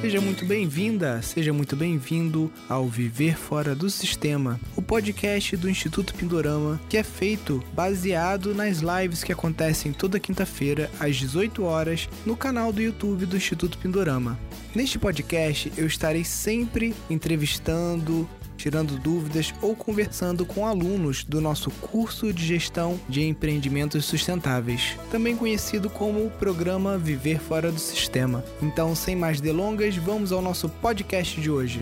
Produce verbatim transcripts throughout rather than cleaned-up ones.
Seja muito bem-vinda, seja muito bem-vindo ao Viver Fora do Sistema, o podcast do Instituto Pindorama, que é feito baseado nas lives que acontecem toda quinta-feira, às dezoito horas, no canal do YouTube do Instituto Pindorama. Neste podcast, eu estarei sempre entrevistando, tirando dúvidas ou conversando com alunos do nosso curso de Gestão de Empreendimentos Sustentáveis, também conhecido como o programa Viver Fora do Sistema. Então, sem mais delongas, vamos ao nosso podcast de hoje.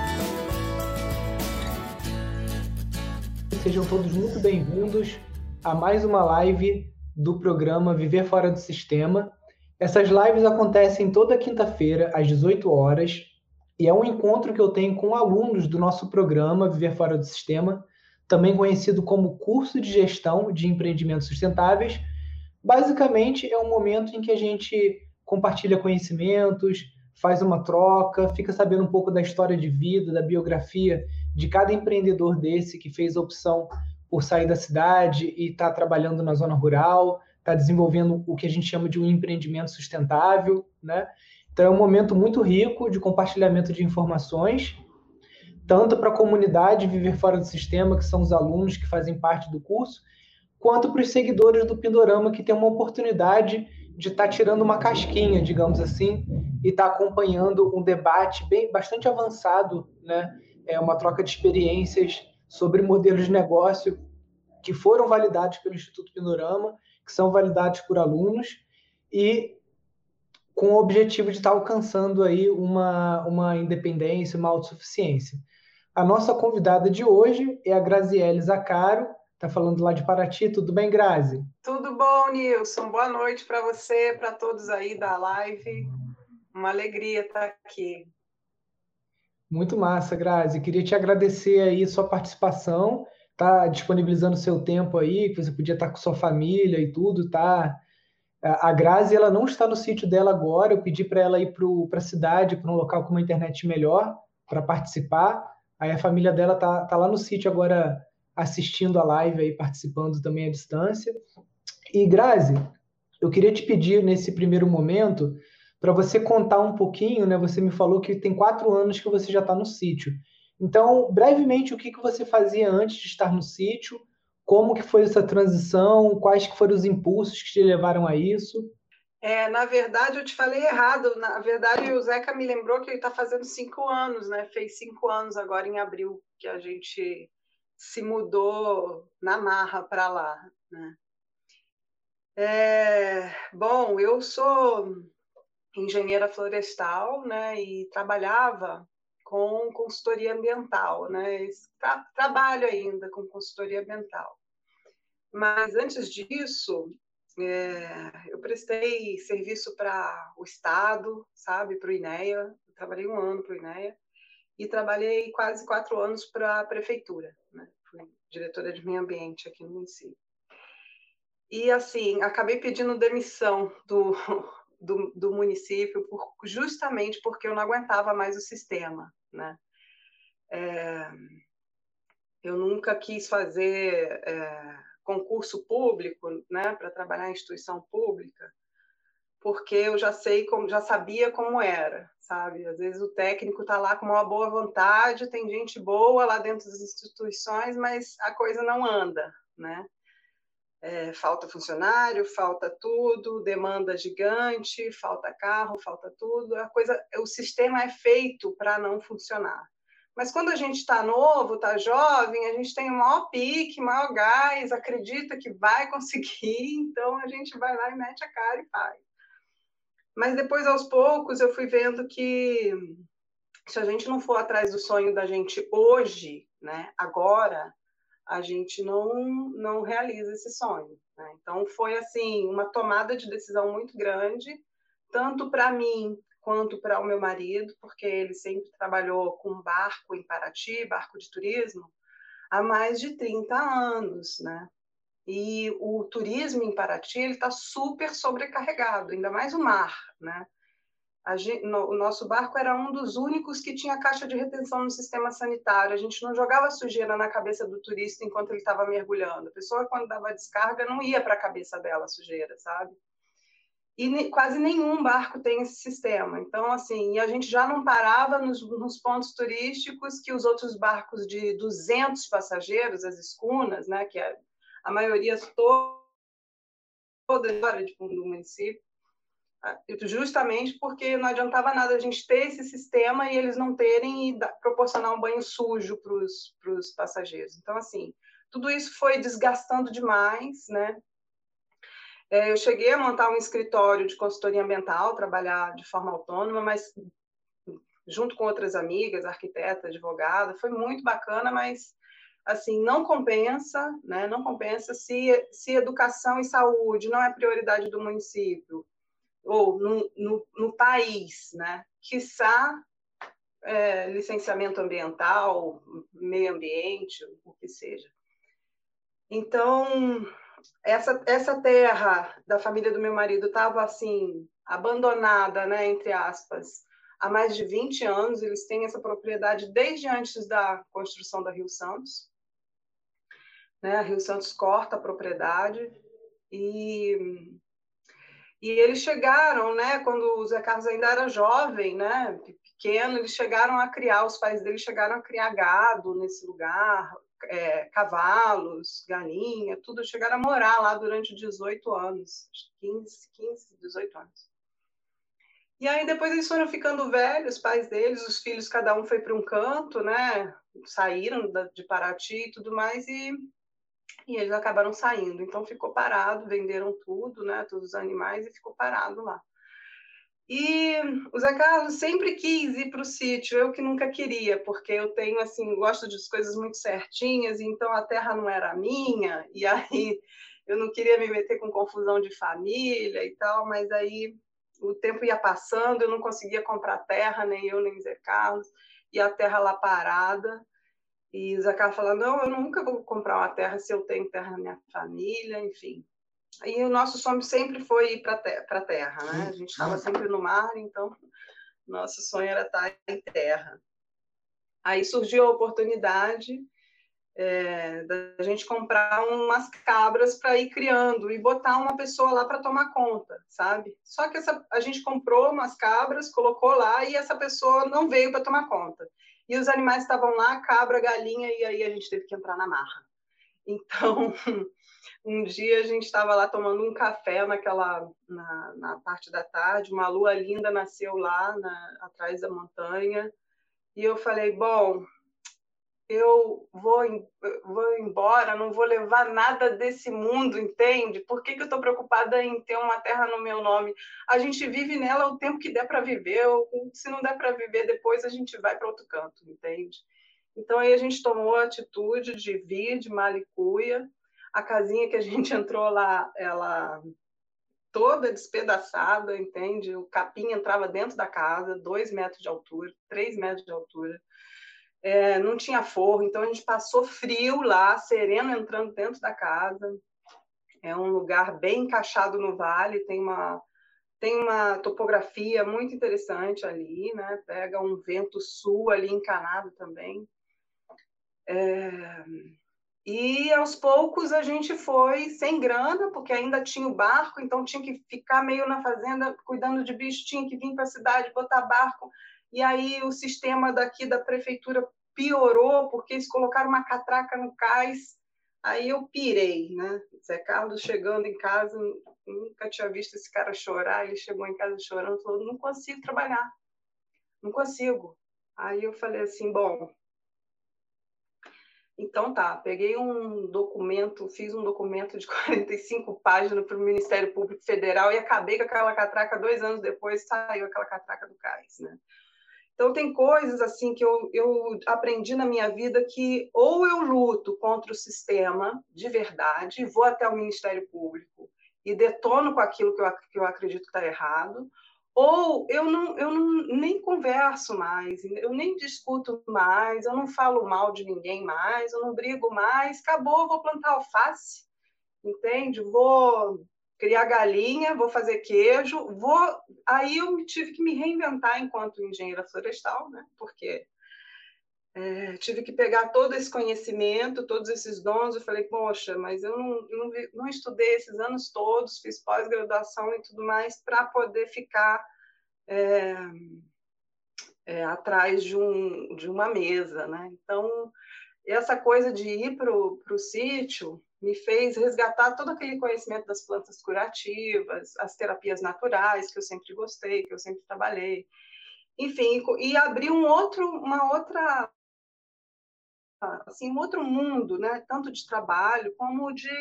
Sejam todos muito bem-vindos a mais uma live do programa Viver Fora do Sistema. Essas lives acontecem toda quinta-feira, às dezoito horas, e é um encontro que eu tenho com alunos do nosso programa Viver Fora do Sistema, também conhecido como Curso de Gestão de Empreendimentos Sustentáveis. Basicamente, é um momento em que a gente compartilha conhecimentos, faz uma troca, fica sabendo um pouco da história de vida, da biografia de cada empreendedor desse que fez a opção por sair da cidade e está trabalhando na zona rural, está desenvolvendo o que a gente chama de um empreendimento sustentável, né? Então, é um momento muito rico de compartilhamento de informações, tanto para a comunidade Viver Fora do Sistema, que são os alunos que fazem parte do curso, quanto para os seguidores do Pindorama, que tem uma oportunidade de estar tá tirando uma casquinha, digamos assim, e estar tá acompanhando um debate bem, bastante avançado, né? É uma troca de experiências sobre modelos de negócio que foram validados pelo Instituto Pindorama, que são validados por alunos, e com o objetivo de estar alcançando aí uma, uma independência, uma autossuficiência. A nossa convidada de hoje é a Graziele Zaccaro, está falando lá de Paraty. Tudo bem, Grazi? Tudo bom, Nilson. Boa noite para você, para todos aí da live. Uma alegria estar aqui. Muito massa, Grazi. Queria te agradecer aí sua participação, tá disponibilizando seu tempo aí, que você podia estar com sua família e tudo, tá? A Grazi, ela não está no sítio dela agora. Eu pedi para ela ir para a cidade, para um local com uma internet melhor, para participar. Aí a família dela tá, tá lá no sítio agora, assistindo a live aí, participando também à distância. E Grazi, eu queria te pedir nesse primeiro momento para você contar um pouquinho, né? Você me falou que tem quatro anos que você já está no sítio. Então, brevemente, o que, que você fazia antes de estar no sítio? Como que foi essa transição? Quais que foram os impulsos que te levaram a isso? É, na verdade, eu te falei errado. Na verdade, o Zeca me lembrou que ele está fazendo cinco anos, né? Fez cinco anos agora em abril que a gente se mudou na marra para lá, né? É, bom, eu sou engenheira florestal, né? E trabalhava com consultoria ambiental, né? Tra trabalho ainda com consultoria ambiental. Mas antes disso, é, eu prestei serviço para o Estado, sabe, para o INEA. Eu trabalhei um ano para o INEA e trabalhei quase quatro anos para a prefeitura, né? Fui diretora de meio ambiente aqui no município. E assim, acabei pedindo demissão do, do, do município por, justamente porque eu não aguentava mais o sistema, né? É, eu nunca quis fazer é, concurso público, né, para trabalhar em instituição pública, porque eu já sei como, já sabia como era, sabe? Às vezes o técnico está lá com uma boa vontade, tem gente boa lá dentro das instituições, mas a coisa não anda, né? É, falta funcionário, falta tudo, demanda gigante, falta carro, falta tudo. A coisa, o sistema é feito para não funcionar. Mas quando a gente está novo, está jovem, a gente tem o maior pique, maior gás, acredita que vai conseguir, então a gente vai lá e mete a cara e faz. Mas depois, aos poucos, eu fui vendo que se a gente não for atrás do sonho da gente hoje, né, agora, a gente não, não realiza esse sonho, né? Então, foi assim uma tomada de decisão muito grande, tanto para mim quanto para o meu marido, porque ele sempre trabalhou com barco em Paraty, barco de turismo, há mais de trinta anos, né? E o turismo em Paraty está super sobrecarregado, ainda mais o mar, né? A gente, no, o nosso barco era um dos únicos que tinha caixa de retenção no sistema sanitário. A gente não jogava sujeira na cabeça do turista enquanto ele estava mergulhando. A pessoa, quando dava descarga, não ia para a cabeça dela a sujeira, sabe? e quase nenhum barco tem esse sistema. Então, assim, a gente já não parava nos, nos pontos turísticos que os outros barcos de duzentos passageiros, as escunas, né, que a, a maioria toda fora de fundo do município, justamente porque não adiantava nada a gente ter esse sistema e eles não terem e proporcionar um banho sujo para os passageiros. Então, assim, tudo isso foi desgastando demais, né? Eu cheguei a montar um escritório de consultoria ambiental, trabalhar de forma autônoma, mas junto com outras amigas, arquiteta, advogada, foi muito bacana, mas assim, não compensa, né? Não compensa se, se educação e saúde não é prioridade do município, ou no, no, no país, né? Quiçá é, licenciamento ambiental, meio ambiente, o que seja. Então, essa, essa terra da família do meu marido estava assim, abandonada, né, entre aspas, há mais de vinte anos. Eles têm essa propriedade desde antes da construção da Rio Santos. Né? A Rio Santos corta a propriedade e, e eles chegaram, né, quando o Zé Carlos ainda era jovem, né, pequeno, eles chegaram a criar, os pais dele chegaram a criar gado nesse lugar, é, cavalos, galinha, tudo, chegaram a morar lá durante dezoito anos, quinze, quinze, dezoito anos. E aí depois eles foram ficando velhos, os pais deles, os filhos, cada um foi para um canto, né, saíram de Paraty e tudo mais, e, e eles acabaram saindo. Então ficou parado, venderam tudo, né, todos os animais, e ficou parado lá. E o Zé Carlos sempre quis ir para o sítio, eu que nunca queria, porque eu tenho, assim, gosto de coisas muito certinhas, então a terra não era minha, e aí eu não queria me meter com confusão de família e tal, mas aí o tempo ia passando, eu não conseguia comprar terra, nem eu, nem o Zé Carlos, e a terra lá parada, e o Zé Carlos falando, não, eu nunca vou comprar uma terra se eu tenho terra na minha família, enfim. E o nosso sonho sempre foi ir para a terra, né? A gente estava sempre no mar, então nosso sonho era estar em terra. Aí surgiu a oportunidade é, da gente comprar umas cabras para ir criando e botar uma pessoa lá para tomar conta, sabe? Só que essa, a gente comprou umas cabras, colocou lá e essa pessoa não veio para tomar conta. E os animais estavam lá, cabra, galinha, e aí a gente teve que entrar na marra. Então... Um dia a gente estava lá tomando um café naquela, na, na parte da tarde, uma lua linda nasceu lá na, atrás da montanha, e eu falei, bom, eu vou, vou embora, não vou levar nada desse mundo, entende? Por que, que eu estou preocupada em ter uma terra no meu nome? A gente vive nela o tempo que der para viver, ou se não der para viver depois, a gente vai para outro canto, entende? Então aí a gente tomou a atitude de vir de Malicuia. A casinha que a gente entrou lá, ela toda despedaçada, entende? O capim entrava dentro da casa, dois metros de altura, três metros de altura. É, não tinha forro, então a gente passou frio lá, sereno entrando dentro da casa. É um lugar bem encaixado no vale, tem uma, tem uma topografia muito interessante ali, né? Pega um vento sul ali encanado também. É... E aos poucos a gente foi sem grana, porque ainda tinha o barco, então tinha que ficar meio na fazenda cuidando de bicho, tinha que vir para a cidade, botar barco. E aí o sistema daqui da prefeitura piorou, porque eles colocaram uma catraca no cais. Aí eu pirei, né? Zé Carlos chegando em casa, nunca tinha visto esse cara chorar, ele chegou em casa chorando, falou, não consigo trabalhar, não consigo. Aí eu falei assim, bom... Então tá, peguei um documento, fiz um documento de quarenta e cinco páginas para o Ministério Público Federal e acabei com aquela catraca dois anos depois, saiu aquela catraca do cais, né? Então tem coisas assim que eu, eu aprendi na minha vida que ou eu luto contra o sistema de verdade, vou até o Ministério Público e detono com aquilo que eu, que eu acredito que está errado, ou eu, não, eu não, nem converso mais, eu nem discuto mais, eu não falo mal de ninguém mais, eu não brigo mais, acabou, vou plantar alface, entende? Vou criar galinha, vou fazer queijo, vou... Aí eu tive que me reinventar enquanto engenheira florestal, né? Porque É, tive que pegar todo esse conhecimento, todos esses dons. Eu falei, poxa, mas eu não, não, não estudei esses anos todos, fiz pós-graduação e tudo mais para poder ficar é, é, atrás de, um, de uma mesa, né? Então, essa coisa de ir para o sítio me fez resgatar todo aquele conhecimento das plantas curativas, as terapias naturais, que eu sempre gostei, que eu sempre trabalhei. Enfim, e abrir um outro, uma outra, assim, um outro mundo, né? Tanto de trabalho como de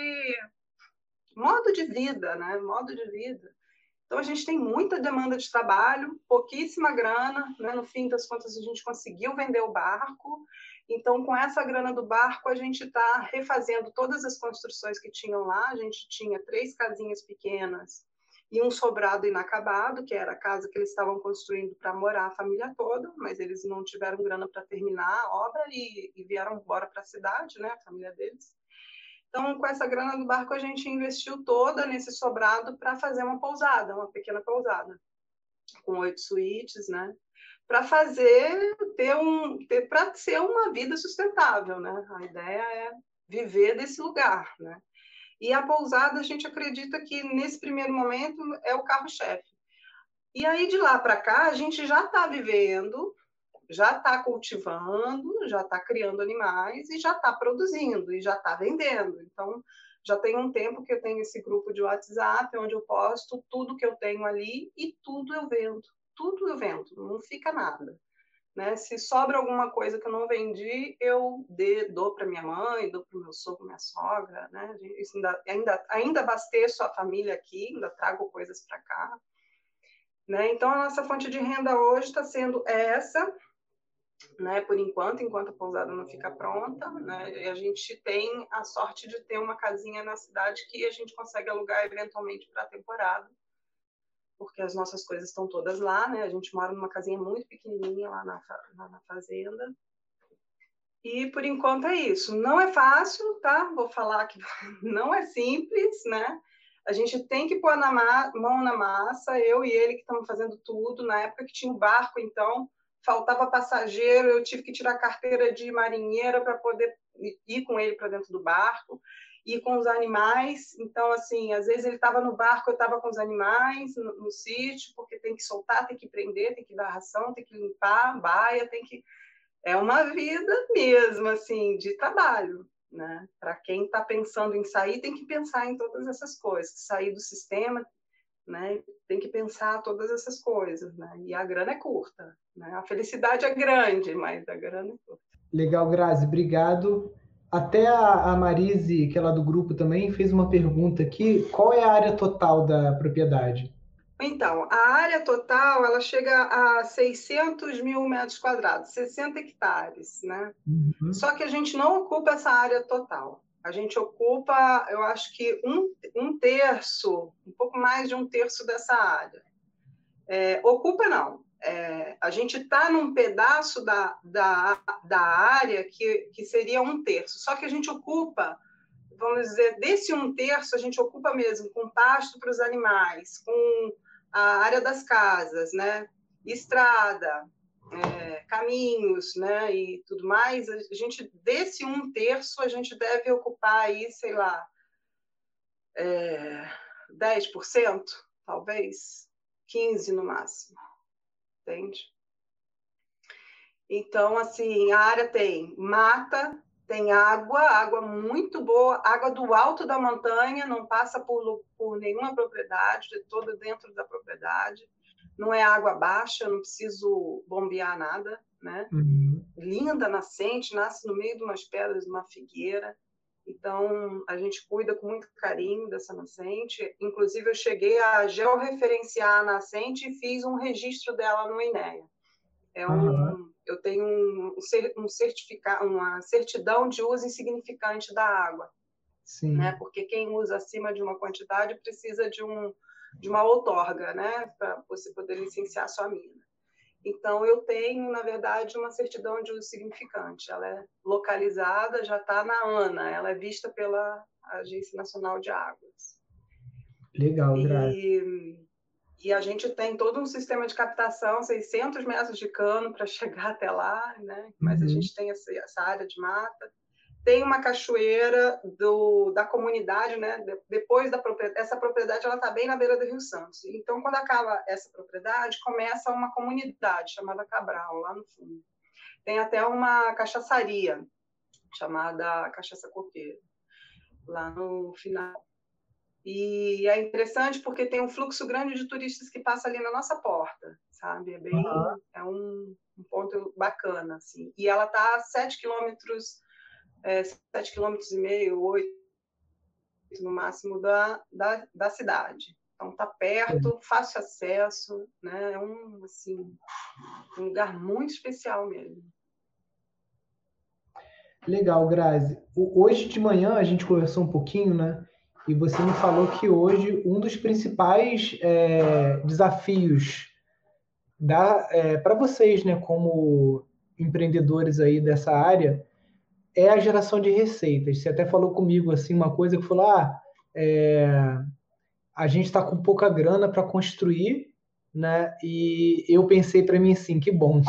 modo de vida, né? Modo de vida. Então, a gente tem muita demanda de trabalho, pouquíssima grana, né? No fim das contas, a gente conseguiu vender o barco. Então, com essa grana do barco, a gente está refazendo todas as construções que tinham lá. A gente tinha três casinhas pequenas e um sobrado inacabado, que era a casa que eles estavam construindo para morar a família toda, mas eles não tiveram grana para terminar a obra e, e vieram embora para a cidade, né? A família deles. Então, com essa grana do barco, a gente investiu toda nesse sobrado para fazer uma pousada, uma pequena pousada, com oito suítes, né? Para fazer, ter um, ter, para ser uma vida sustentável, né? A ideia é viver desse lugar, né? E a pousada, a gente acredita que, nesse primeiro momento, é o carro-chefe. E aí, de lá para cá, a gente já está vivendo, já está cultivando, já está criando animais e já está produzindo e já está vendendo. Então, já tem um tempo que eu tenho esse grupo de WhatsApp onde eu posto tudo que eu tenho ali e tudo eu vendo. Tudo eu vendo, não fica nada. Né? Se sobra alguma coisa que eu não vendi, eu dê, dou para minha mãe, dou para o meu sogro, minha sogra. Né? Isso ainda, ainda, ainda abasteço a família aqui, ainda trago coisas para cá. Né? Então, a nossa fonte de renda hoje está sendo essa, né, por enquanto, enquanto a pousada não fica pronta, né, e a gente tem a sorte de ter uma casinha na cidade que a gente consegue alugar eventualmente para a temporada, porque as nossas coisas estão todas lá, né, a gente mora numa casinha muito pequenininha lá na, lá na fazenda, e por enquanto é isso. Não é fácil, tá? Vou falar que não é simples, né? A gente tem que pôr na mão na massa, eu e ele que estamos fazendo tudo. Na época que tinha o barco, então, faltava passageiro, eu tive que tirar a carteira de marinheira para poder ir com ele para dentro do barco, ir com os animais. Então, assim, às vezes ele estava no barco, eu estava com os animais no, no sítio, porque tem que soltar, tem que prender, tem que dar ração, tem que limpar, baia, tem que... É uma vida mesmo, assim, de trabalho, né? Para quem está pensando em sair, tem que pensar em todas essas coisas. Sair do sistema, né? Tem que pensar todas essas coisas, né? E a grana é curta, né? A felicidade é grande, mas a grana é curta. Legal, Grazi, obrigado. Até a, a Marise, que é lá do grupo também, fez uma pergunta aqui. Qual é a área total da propriedade? Então, a área total, ela chega a seiscentos mil metros quadrados, sessenta hectares, né? Uhum. Só que a gente não ocupa essa área total. A gente ocupa, eu acho que um, um terço, um pouco mais de um terço dessa área. É, ocupa não. É, a gente está num pedaço da, da, da área que, que seria um terço. Só que a gente ocupa, vamos dizer, desse um terço, a gente ocupa mesmo com pasto para os animais, com a área das casas, né? Estrada, é, caminhos, né, e tudo mais. A gente, desse um terço, a gente deve ocupar aí, sei lá, é, dez por cento, talvez, quinze por cento no máximo, entende? Então, assim, a área tem mata, tem água, água muito boa, água do alto da montanha, não passa por, por nenhuma propriedade, é toda dentro da propriedade. Não é água baixa, eu não preciso bombear nada, né? Uhum. Linda nascente, nasce no meio de umas pedras, de uma figueira. Então, a gente cuida com muito carinho dessa nascente. Inclusive, eu cheguei a georreferenciar a nascente e fiz um registro dela no INEA. É um, uhum. Eu tenho um, um certificado, uma certidão de uso insignificante da água. Sim. Né? Porque quem usa acima de uma quantidade precisa de, um, de uma outorga, né? Para você poder licenciar sua mina. Então, eu tenho, na verdade, uma certidão de uso significante. Ela é localizada, já está na ANA, ela é vista pela Agência Nacional de Águas. Legal, Grazi. E, E a gente tem todo um sistema de captação, seiscentos metros de cano para chegar até lá, né? Mas uhum. a gente tem essa, essa área de mata. Tem uma cachoeira do, da comunidade, né? Depois da propriedade, essa propriedade ela está bem na beira do Rio Santos. Então, quando acaba essa propriedade, começa uma comunidade chamada Cabral, lá no fundo. Tem até uma cachaçaria chamada Cachaça Coqueiro, lá no final. E é interessante porque tem um fluxo grande de turistas que passa ali na nossa porta, sabe? É bem, uhum. é um, um ponto bacana, assim. E ela está a sete quilômetros, é, sete quilômetros e meio, oito no máximo da, da, da cidade. Então está perto, uhum. fácil acesso, né? É um, assim, um lugar muito especial mesmo. Legal, Grazi. Hoje de manhã a gente conversou um pouquinho, né? E você me falou que hoje um dos principais é, desafios é, para vocês, né, como empreendedores aí dessa área, é a geração de receitas. Você até falou comigo assim uma coisa que falou: ah, é, a gente está com pouca grana para construir, né? E eu pensei para mim assim, que bom,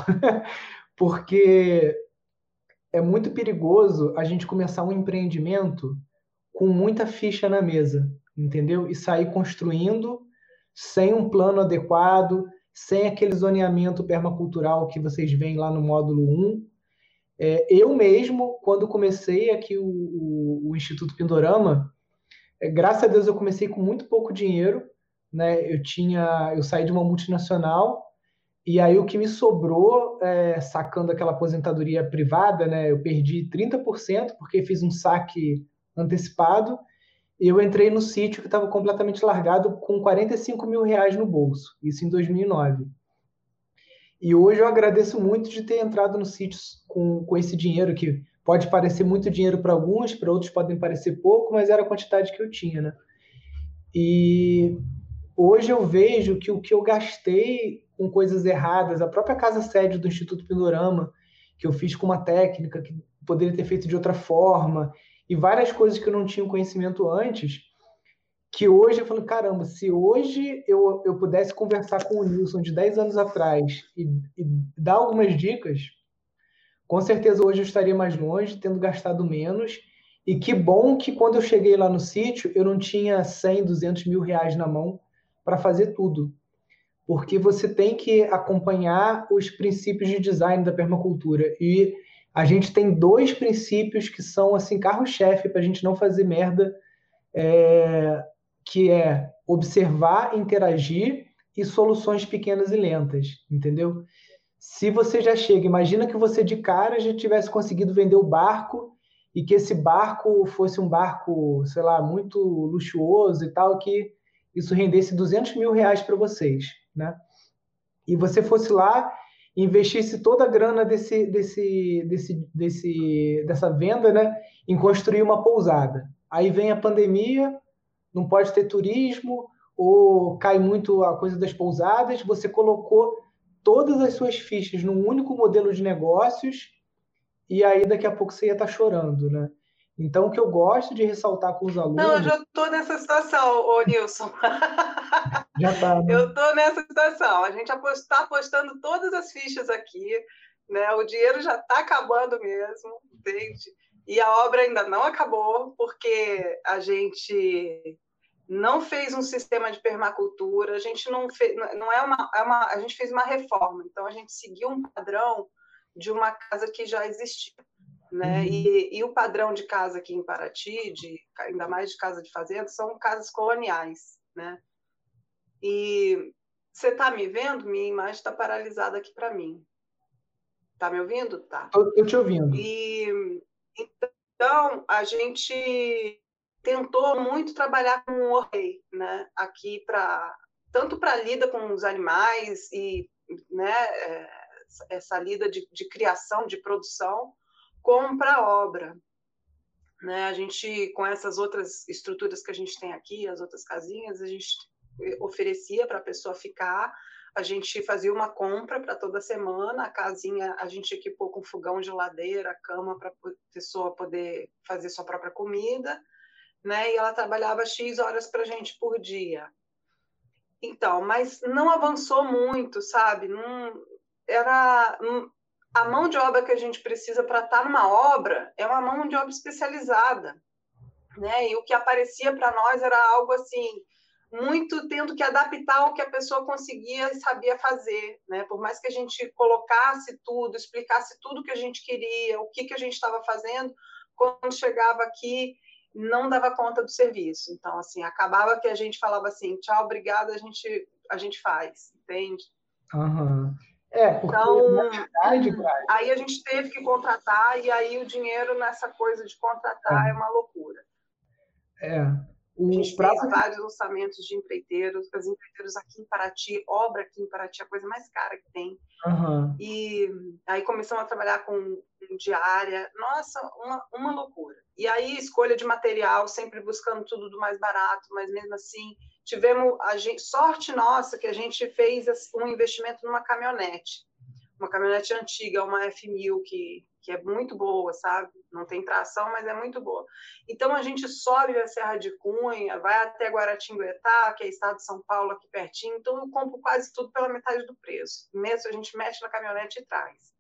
porque é muito perigoso a gente começar um empreendimento com muita ficha na mesa, entendeu? E sair construindo sem um plano adequado, sem aquele zoneamento permacultural que vocês veem lá no módulo um. É, eu mesmo, quando comecei aqui o, o, o Instituto Pindorama, é, graças a Deus eu comecei com muito pouco dinheiro, né? Eu tinha, eu saí de uma multinacional e aí o que me sobrou, é, sacando aquela aposentadoria privada, né? Eu perdi trinta por cento porque fiz um saque antecipado e eu entrei no sítio que estava completamente largado com quarenta e cinco mil reais no bolso, isso em dois mil e nove. E hoje eu agradeço muito de ter entrado no sítio com, com esse dinheiro, que pode parecer muito dinheiro para alguns, para outros podem parecer pouco, mas era a quantidade que eu tinha, né? E hoje eu vejo que o que eu gastei com coisas erradas, a própria casa sede do Instituto Pindorama, que eu fiz com uma técnica que poderia ter feito de outra forma, e várias coisas que eu não tinha conhecimento antes, que hoje eu falo, caramba, se hoje eu, eu pudesse conversar com o Nilson de dez anos atrás e, e dar algumas dicas, com certeza hoje eu estaria mais longe, tendo gastado menos. E que bom que quando eu cheguei lá no sítio, eu não tinha cem, duzentos mil reais na mão para fazer tudo. Porque você tem que acompanhar os princípios de design da permacultura. E a gente tem dois princípios que são assim carro-chefe para a gente não fazer merda, é, que é observar, interagir e soluções pequenas e lentas, entendeu? Se você já chega, imagina que você de cara já tivesse conseguido vender o barco e que esse barco fosse um barco, sei lá, muito luxuoso e tal, que isso rendesse duzentos mil reais para vocês, né? E você fosse lá e investisse toda a grana desse, desse, desse, desse, dessa venda, né, em construir uma pousada. Aí vem a pandemia, não pode ter turismo, ou cai muito a coisa das pousadas, você colocou todas as suas fichas num único modelo de negócios, e aí daqui a pouco você ia estar chorando, né? Então, o que eu gosto de ressaltar com os alunos... Não, eu já estou nessa situação, ô Nilson. Já está, né? Eu estou nessa situação. A gente está apostando todas as fichas aqui, né? O dinheiro já está acabando mesmo, entende? E a obra ainda não acabou, porque a gente não fez um sistema de permacultura, a gente não fez, não é uma, é uma, a gente fez uma reforma, então a gente seguiu um padrão de uma casa que já existia, né? Uhum. E, e o padrão de casa aqui em Paraty, de, ainda mais de casa de fazenda, são casas coloniais, né? E você está me vendo? Minha imagem está paralisada aqui para mim. Está me ouvindo? Tá. Estou te ouvindo. E então a gente tentou muito trabalhar com o Orrei, né? Aqui para tanto para a lida com os animais e, né, essa lida de, de criação, de produção, como para a obra, né? A gente, com essas outras estruturas que a gente tem aqui, as outras casinhas, a gente oferecia para a pessoa ficar, a gente fazia uma compra para toda semana, a casinha a gente equipou com fogão, geladeira, cama para a pessoa poder fazer sua própria comida, né? E ela trabalhava X horas para a gente por dia. Então, mas não avançou muito, sabe? Não, era a mão de obra que a gente precisa para estar numa obra é uma mão de obra especializada, né? E o que aparecia para nós era algo assim, muito tendo que adaptar o que a pessoa conseguia e sabia fazer, né? Por mais que a gente colocasse tudo, explicasse tudo que a gente queria, o que que a gente estava fazendo, quando chegava aqui não dava conta do serviço. Então, assim, acabava que a gente falava assim, tchau, obrigada, a gente a gente faz, entende? Aham. É, porque, na Então, verdade, cara, aí a gente teve que contratar, e aí o dinheiro nessa coisa de contratar é uma loucura. é, é, A o, gente pra, fez vários orçamentos de empreiteiros, as empreiteiros aqui em Paraty, obra aqui em Paraty é a coisa mais cara que tem. aham. E aí começamos a trabalhar com diária, nossa, uma, uma loucura. E aí escolha de material, sempre buscando tudo do mais barato, mas mesmo assim tivemos a gente, sorte nossa que a gente fez um investimento numa caminhonete, uma caminhonete antiga, uma F mil que que é muito boa, sabe? Não tem tração, mas é muito boa. Então a gente sobe a Serra de Cunha, vai até Guaratinguetá, que é estado de São Paulo, aqui pertinho. Então eu compro quase tudo pela metade do preço. Mesmo a gente mexe na caminhonete e traz.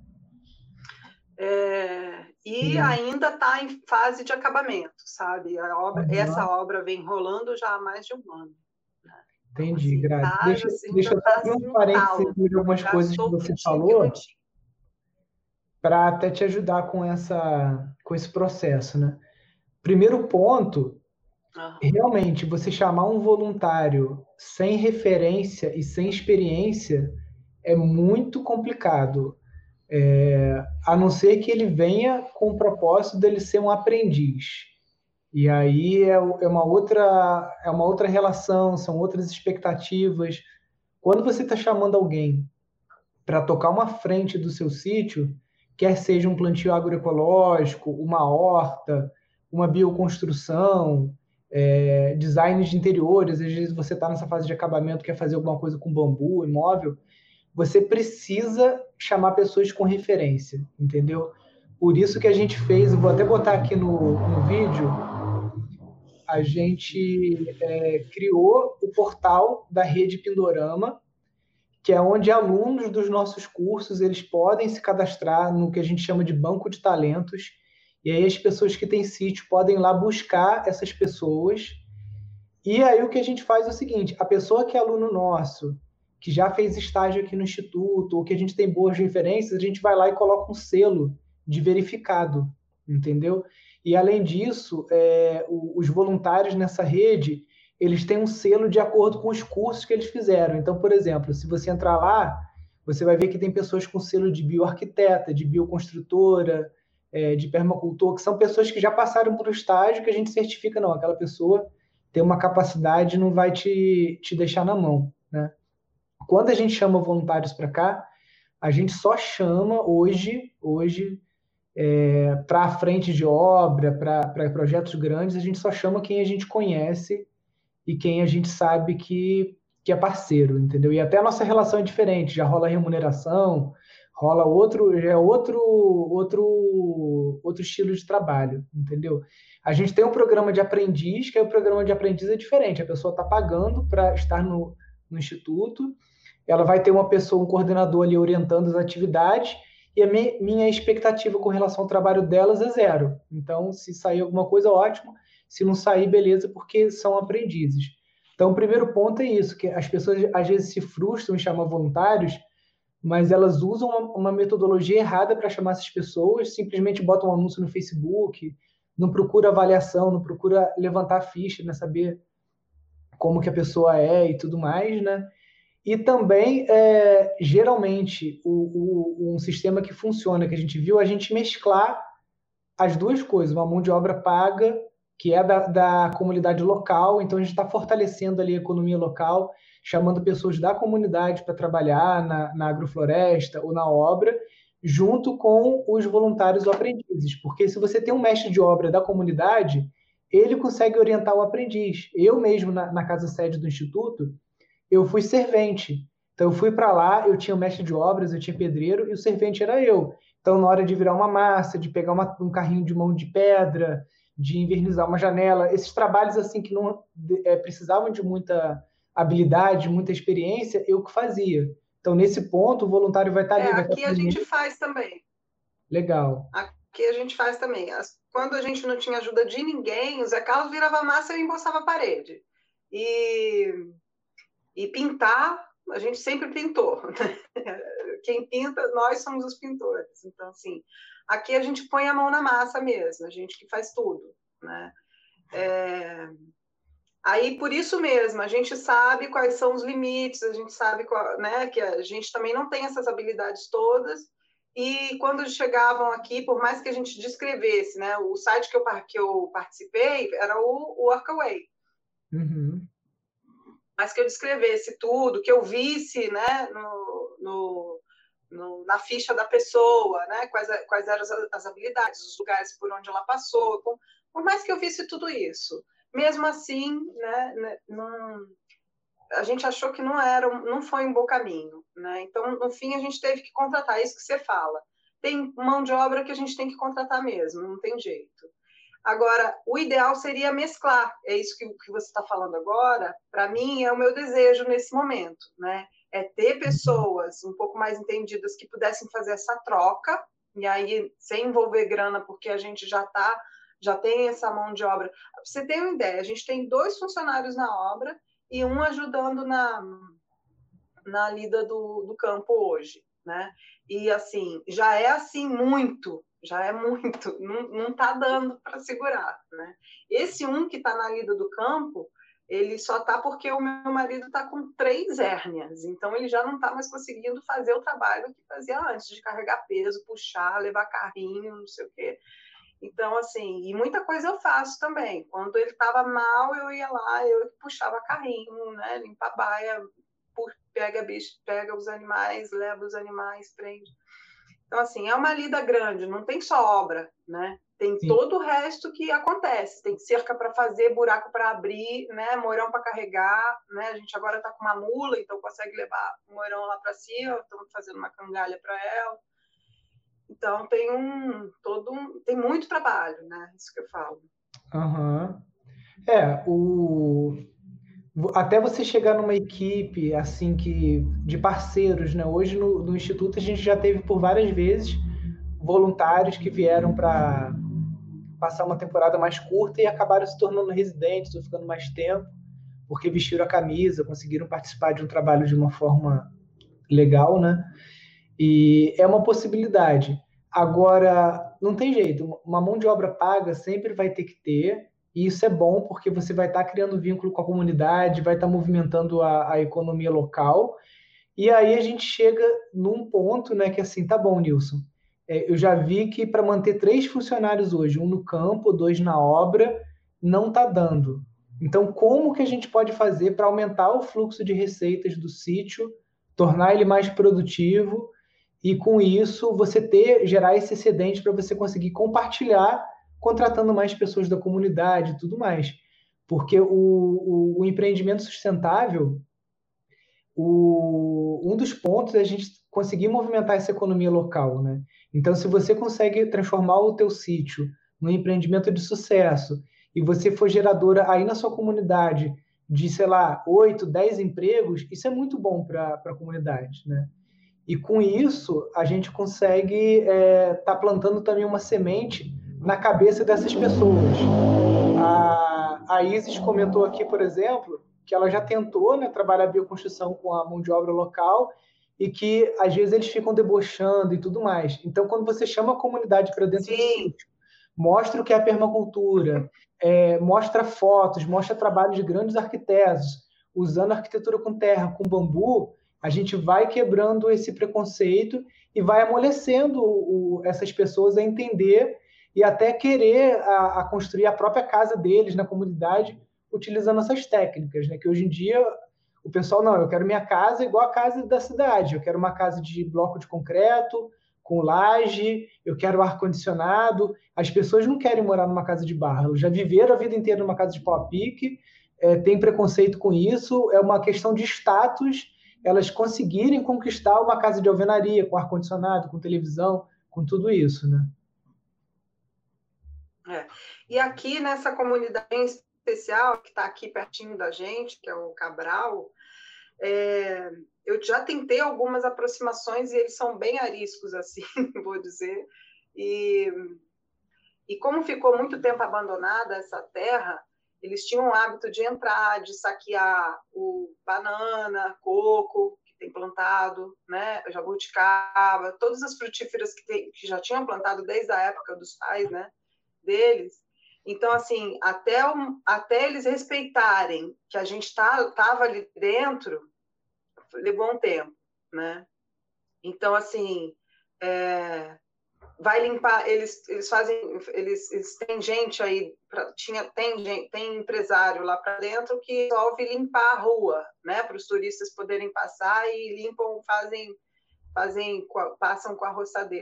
É, e Sim. ainda está em fase de acabamento, sabe? A obra, Uhum. Essa obra vem rolando já há mais de um ano. Né? Então, Entendi, assim, Grazi. tá, Deixa, a gente deixa já eu só está abrir assim, um no parênteses talo. de algumas coisas que Gastou você pintinho, falou, pintinho. para até te ajudar com essa, com esse processo, né? Primeiro ponto, Uhum. realmente, você chamar um voluntário sem referência e sem experiência é muito complicado. É, a não ser que ele venha com o propósito dele ser um aprendiz. E aí é, é uma outra, é uma outra relação, são outras expectativas. Quando você está chamando alguém para tocar uma frente do seu sítio, quer seja um plantio agroecológico, uma horta, uma bioconstrução, é, design de interiores, às vezes você está nessa fase de acabamento, quer fazer alguma coisa com bambu, imóvel, você precisa chamar pessoas com referência, entendeu? Por isso que a gente fez, vou até botar aqui no, no vídeo, a gente é, criou o portal da Rede Pindorama, que é onde alunos dos nossos cursos eles podem se cadastrar no que a gente chama de banco de talentos, e aí as pessoas que têm sítio podem ir lá buscar essas pessoas. E aí o que a gente faz é o seguinte: a pessoa que é aluno nosso, que já fez estágio aqui no Instituto, ou que a gente tem boas referências, a gente vai lá e coloca um selo de verificado, entendeu? E além disso, é, os voluntários nessa rede, eles têm um selo de acordo com os cursos que eles fizeram. Então, por exemplo, se você entrar lá, você vai ver que tem pessoas com selo de bioarquiteta, de bioconstrutora, é, de permacultor, que são pessoas que já passaram por um estágio que a gente certifica, não, aquela pessoa ter uma capacidade não vai te, te deixar na mão, né? Quando a gente chama voluntários para cá, a gente só chama hoje, hoje é, para frente de obra, para projetos grandes, a gente só chama quem a gente conhece e quem a gente sabe que, que é parceiro, entendeu? E até a nossa relação é diferente, já rola remuneração, rola outro, já é outro, outro, outro estilo de trabalho, entendeu? A gente tem um programa de aprendiz, que é o programa de aprendiz é diferente, a pessoa está pagando para estar no, no instituto, ela vai ter uma pessoa, um coordenador ali orientando as atividades, e a mi, minha expectativa com relação ao trabalho delas é zero. Então, se sair alguma coisa, ótimo. Se não sair, beleza, porque são aprendizes. Então, o primeiro ponto é isso, que as pessoas às vezes se frustram em chamar voluntários, mas elas usam uma, uma metodologia errada para chamar essas pessoas, simplesmente botam um anúncio no Facebook, não procura avaliação, não procura levantar ficha, né, saber como que a pessoa é e tudo mais, né? E também, é, geralmente, o, o, um sistema que funciona, que a gente viu, é a gente mesclar as duas coisas, uma mão de obra paga, que é da, da comunidade local, então a gente está fortalecendo ali a economia local, chamando pessoas da comunidade para trabalhar na, na agrofloresta ou na obra, junto com os voluntários ou aprendizes, porque se você tem um mestre de obra da comunidade, ele consegue orientar o aprendiz. Eu mesmo, na, na casa sede do Instituto, eu fui servente. Então eu fui para lá, eu tinha o mestre de obras, eu tinha pedreiro e o servente era eu. Então na hora de virar uma massa, de pegar uma, um carrinho de mão de pedra, de invernizar uma janela, esses trabalhos assim que não é, precisavam de muita habilidade, muita experiência, eu que fazia. Então, nesse ponto, o voluntário vai estar É, ali, vai estar aqui a gente comigo. faz também. Legal. Aqui a gente faz também. As- Quando a gente não tinha ajuda de ninguém, o Zé Carlos virava massa e eu emboçava a parede. E, e pintar, a gente sempre pintou. Né? Quem pinta, nós somos os pintores. Então, assim, aqui a gente põe a mão na massa mesmo, a gente que faz tudo. Né? É... Aí, por isso mesmo, a gente sabe quais são os limites, a gente sabe qual, né, que a gente também não tem essas habilidades todas, e quando chegavam aqui, por mais que a gente descrevesse, né, o site que eu, que eu participei era o Workaway, Uhum. mas que eu descrevesse tudo, que eu visse, né, no, no, no, na ficha da pessoa, né, quais, quais eram as, as habilidades, os lugares por onde ela passou, por, por mais que eu visse tudo isso. Mesmo assim, né, não, a gente achou que não era, não foi um bom caminho, né? Então, no fim, a gente teve que contratar, é isso que você fala. Tem mão de obra que a gente tem que contratar mesmo, não tem jeito. Agora, o ideal seria mesclar, é isso que, que você está falando agora, para mim é o meu desejo nesse momento, né? É ter pessoas um pouco mais entendidas que pudessem fazer essa troca, e aí sem envolver grana, porque a gente já está, já tem essa mão de obra. Pra você ter uma ideia, a gente tem dois funcionários na obra e um ajudando na, na lida do, do campo hoje, né? E assim, já é assim muito, já é muito, não, não tá dando para segurar, né? Esse um que está na lida do campo, ele só tá porque o meu marido está com três hérnias, então ele já não está mais conseguindo fazer o trabalho que fazia antes, de carregar peso, puxar, levar carrinho, não sei o quê. Então, assim, e muita coisa eu faço também. Quando ele estava mal, eu ia lá, eu puxava carrinho, né? Limpa a baia, pega bicho, pega os animais, leva os animais, prende. Então, assim, é uma lida grande, não tem só obra, né? Tem Sim. todo o resto que acontece. Tem cerca para fazer, buraco para abrir, né? Moirão para carregar, né? A gente agora está com uma mula, então consegue levar o moirão lá para cima. Estamos fazendo uma cangalha para ela. Então tem um todo um, tem muito trabalho, né? Isso que eu falo. Uhum. É, o até você chegar numa equipe assim que de parceiros, né? Hoje no, no Instituto a gente já teve por várias vezes voluntários que vieram para passar uma temporada mais curta e acabaram se tornando residentes ou ficando mais tempo, porque vestiram a camisa, conseguiram participar de um trabalho de uma forma legal, né? E é uma possibilidade. Agora, não tem jeito, uma mão de obra paga sempre vai ter que ter, e isso é bom porque você vai estar criando vínculo com a comunidade, vai estar movimentando a, a economia local, e aí a gente chega num ponto, né, que assim, tá bom, Nilson, é, eu já vi que para manter três funcionários hoje, um no campo, dois na obra, não tá dando. Então, como que a gente pode fazer para aumentar o fluxo de receitas do sítio, tornar ele mais produtivo e com isso você ter gerar esse excedente para você conseguir compartilhar, contratando mais pessoas da comunidade e tudo mais. Porque o, o, o empreendimento sustentável, o, um dos pontos é a gente conseguir movimentar essa economia local, né? Então, se você consegue transformar o teu sítio num empreendimento de sucesso e você for geradora aí na sua comunidade de, sei lá, oito, dez empregos, isso é muito bom para a comunidade, né? E com isso, a gente consegue estar é, tá plantando também uma semente na cabeça dessas pessoas. A, a Isis comentou aqui, por exemplo, que ela já tentou, né, trabalhar a bioconstrução com a mão de obra local e que às vezes eles ficam debochando e tudo mais. Então, quando você chama a comunidade para dentro do Sim. sítio, mostra o que é a permacultura, é, mostra fotos, mostra trabalhos de grandes arquitetos, usando arquitetura com terra, com bambu, a gente vai quebrando esse preconceito e vai amolecendo o, essas pessoas a entender e até querer a, a construir a própria casa deles na comunidade utilizando essas técnicas, né? Que hoje em dia o pessoal, não, eu quero minha casa igual a casa da cidade, eu quero uma casa de bloco de concreto, com laje, eu quero ar-condicionado. As pessoas não querem morar numa casa de barro, já viveram a vida inteira numa casa de pau a pique, é, tem preconceito com isso, é uma questão de status, elas conseguirem conquistar uma casa de alvenaria, com ar-condicionado, com televisão, com tudo isso, né? É. E aqui nessa comunidade em especial, que está aqui pertinho da gente, que é o Cabral, é, eu já tentei algumas aproximações e eles são bem ariscos, assim, vou dizer. E, e como ficou muito tempo abandonada essa terra, eles tinham o hábito de entrar, de saquear o banana, coco, que tem plantado, né, jabuticaba, todas as frutíferas que, tem, que já tinham plantado desde a época dos pais, né, deles. Então, assim, até, o, até eles respeitarem que a gente estava tá, ali dentro, levou um tempo, né? Então, assim, é, vai limpar, eles, eles fazem, eles, eles têm gente aí, pra, tinha, tem, gente, tem empresário lá para dentro que resolve limpar a rua, né? Para os turistas poderem passar e limpam, fazem, fazem, passam com a roçadeira.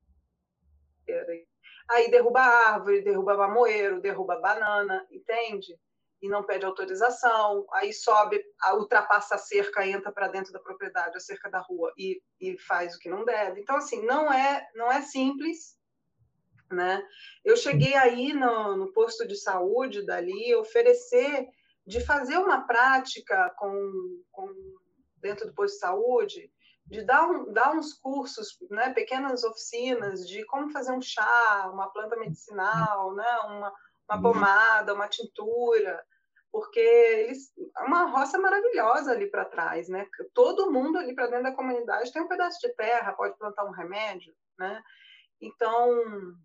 Aí derruba árvore, derruba mamoeiro, derruba banana, entende? E não pede autorização, aí sobe, ultrapassa a cerca, entra para dentro da propriedade, a cerca da rua, e, e faz o que não deve. Então, assim, não é, não é simples, né? Eu cheguei aí no, no posto de saúde dali, oferecer de fazer uma prática com, com dentro do posto de saúde, de dar, um, dar uns cursos, né, pequenas oficinas de como fazer um chá, uma planta medicinal, né, uma, uma pomada, uma tintura, porque eles, é uma roça maravilhosa ali para trás, né? Todo mundo ali para dentro da comunidade tem um pedaço de terra, pode plantar um remédio, né? Então,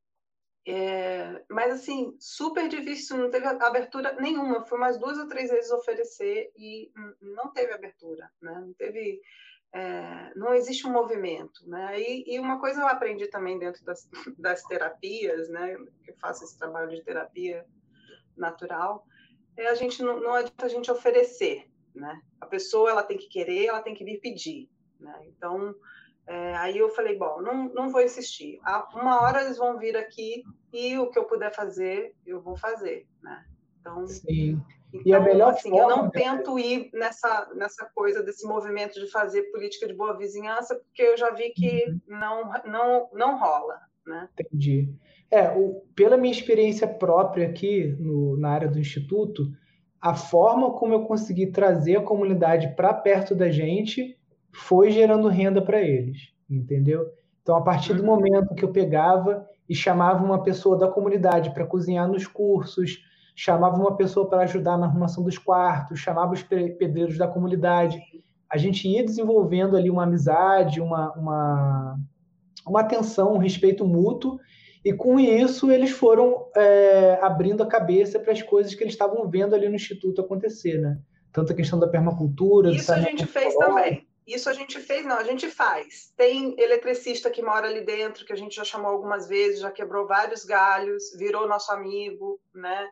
é, mas assim, super difícil, não teve abertura nenhuma. Fui mais duas ou três vezes oferecer e não teve abertura, né? Não teve, é, não existe um movimento, né? E, e uma coisa eu aprendi também dentro das, das terapias, né? Que eu faço esse trabalho de terapia natural, é a gente não, não adianta a gente oferecer, né? A pessoa ela tem que querer, ela tem que vir pedir, né? Então é, aí eu falei, bom, não, não vou insistir. Uma hora eles vão vir aqui e o que eu puder fazer, eu vou fazer, né? Então, Sim. então E a melhor assim, forma, eu não né? tento ir nessa, nessa coisa desse movimento de fazer política de boa vizinhança, porque eu já vi que Uhum. não, não, não rola, né? Entendi. É, o, pela minha experiência própria aqui no, na área do Instituto, a forma como eu consegui trazer a comunidade para perto da gente foi gerando renda para eles, entendeu? Então, a partir do Uhum. momento que eu pegava e chamava uma pessoa da comunidade para cozinhar nos cursos, chamava uma pessoa para ajudar na arrumação dos quartos, chamava os pedreiros da comunidade, a gente ia desenvolvendo ali uma amizade, uma, uma uma atenção, um respeito mútuo, e com isso eles foram é, abrindo a cabeça para as coisas que eles estavam vendo ali no Instituto acontecer, né? Tanto a questão da permacultura, do Isso a saneamento gente fez ecológico. também. Isso a gente fez, não, a gente faz. Tem eletricista que mora ali dentro, que a gente já chamou algumas vezes, já quebrou vários galhos, virou nosso amigo, né?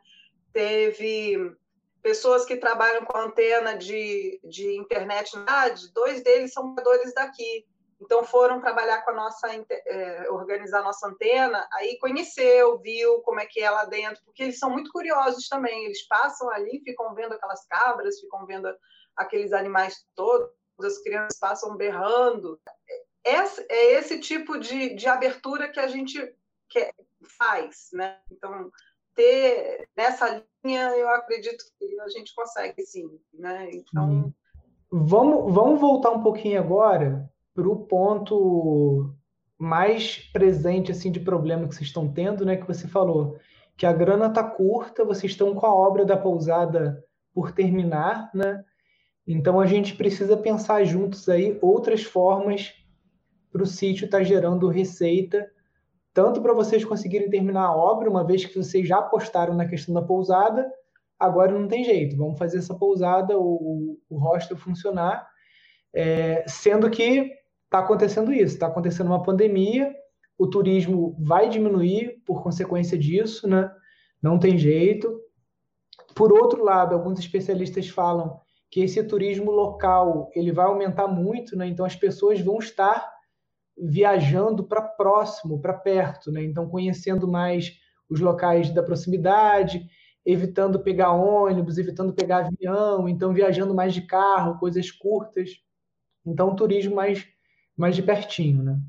Teve pessoas que trabalham com antena de, de internet na cidade, dois deles são moradores daqui. Então foram trabalhar com a nossa, é, organizar a nossa antena, aí conheceu, viu como é que é lá dentro, porque eles são muito curiosos também, eles passam ali, ficam vendo aquelas cabras, ficam vendo aqueles animais todos, as crianças passam berrando. Esse, é esse tipo de, de abertura que a gente quer, faz, né? Então, ter nessa linha, eu acredito que a gente consegue, sim, né? Então, Vamos, vamos voltar um pouquinho agora para o ponto mais presente assim de problema que vocês estão tendo, né? Que você falou que a grana está curta, vocês estão com a obra da pousada por terminar, né? Então a gente precisa pensar juntos aí outras formas para o sítio estar gerando receita, tanto para vocês conseguirem terminar a obra, uma vez que vocês já apostaram na questão da pousada, agora não tem jeito, vamos fazer essa pousada, o, o hostel funcionar, é, sendo que está acontecendo isso, está acontecendo uma pandemia, o turismo vai diminuir por consequência disso, né? Não tem jeito. Por outro lado, alguns especialistas falam que esse turismo local ele vai aumentar muito, né? Então as pessoas vão estar viajando para próximo, para perto, né? Então conhecendo mais os locais da proximidade, evitando pegar ônibus, evitando pegar avião, então viajando mais de carro, coisas curtas. Então turismo mais mais de pertinho, né?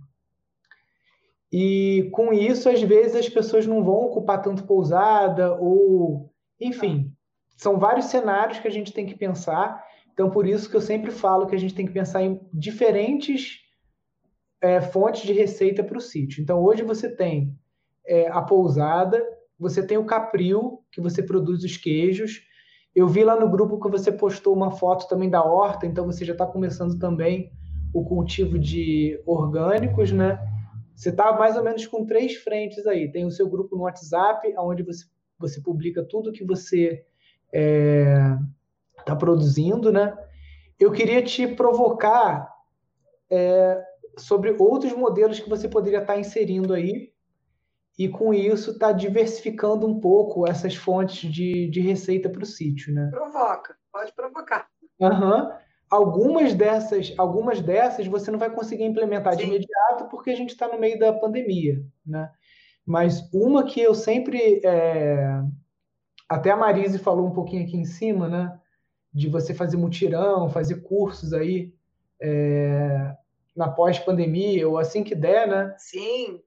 E com isso, às vezes as pessoas não vão ocupar tanto pousada ou Enfim, são vários cenários que a gente tem que pensar. Então, por isso que eu sempre falo que a gente tem que pensar em diferentes é, fontes de receita para o sítio. Então, hoje você tem é, a pousada, você tem o Capril, que você produz os queijos. Eu vi lá no grupo que você postou uma foto também da horta, então você já está começando também o cultivo de orgânicos, né? Você está mais ou menos com três frentes aí. Tem o seu grupo no WhatsApp, onde você, você publica tudo que você está é, tá produzindo, né? Eu queria te provocar sobre outros modelos que você poderia estar inserindo aí, e com isso está diversificando um pouco essas fontes de, de receita para o sítio, né? Provoca, pode provocar. Uhum. Algumas dessas, algumas dessas você não vai conseguir implementar de Sim. imediato porque a gente está no meio da pandemia, né? Mas uma que eu sempre, é, até a Marise falou um pouquinho aqui em cima, né? De você fazer mutirão, fazer cursos aí é, na pós-pandemia ou assim que der, né? Sim.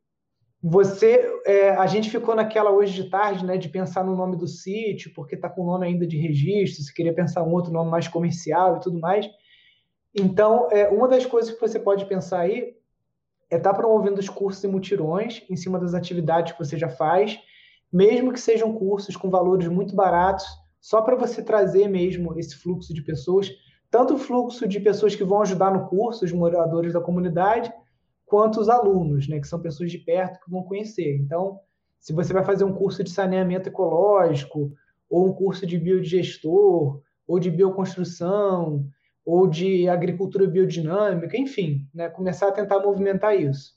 Você, é, a gente ficou naquela hoje de tarde, né, de pensar no nome do sítio, porque está com o nome ainda de registro, se queria pensar um outro nome mais comercial e tudo mais. Então, é, uma das coisas que você pode pensar aí é estar tá promovendo os cursos e mutirões em cima das atividades que você já faz, mesmo que sejam cursos com valores muito baratos, só para você trazer mesmo esse fluxo de pessoas, tanto o fluxo de pessoas que vão ajudar no curso, os moradores da comunidade, quanto os alunos, né, que são pessoas de perto que vão conhecer. Então, se você vai fazer um curso de saneamento ecológico, ou um curso de biodigestor, ou de bioconstrução, ou de agricultura biodinâmica, enfim, né, começar a tentar movimentar isso.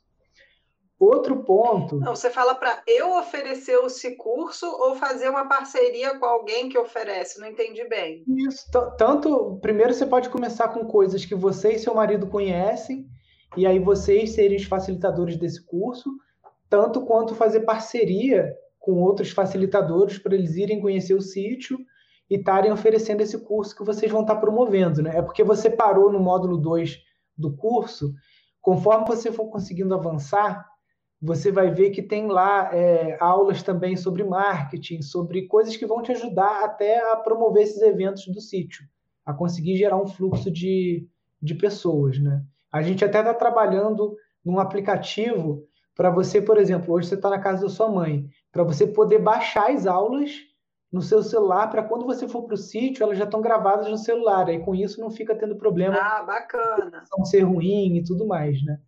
Outro ponto. Não, você fala para eu oferecer esse curso ou fazer uma parceria com alguém que oferece? Não entendi bem. Isso, tanto, primeiro você pode começar com coisas que você e seu marido conhecem, e aí vocês serem os facilitadores desse curso, tanto quanto fazer parceria com outros facilitadores para eles irem conhecer o sítio e estarem oferecendo esse curso que vocês vão estar promovendo, né? É porque você parou no módulo dois do curso, conforme você for conseguindo avançar, você vai ver que tem lá é, aulas também sobre marketing, sobre coisas que vão te ajudar até a promover esses eventos do sítio, a conseguir gerar um fluxo de, de pessoas, né? A gente até está trabalhando num aplicativo para você, por exemplo, hoje você está na casa da sua mãe, para você poder baixar as aulas no seu celular, para quando você for para o sítio, elas já estão gravadas no celular, aí com isso não fica tendo problema Ah, bacana. de ser ruim e tudo mais, né?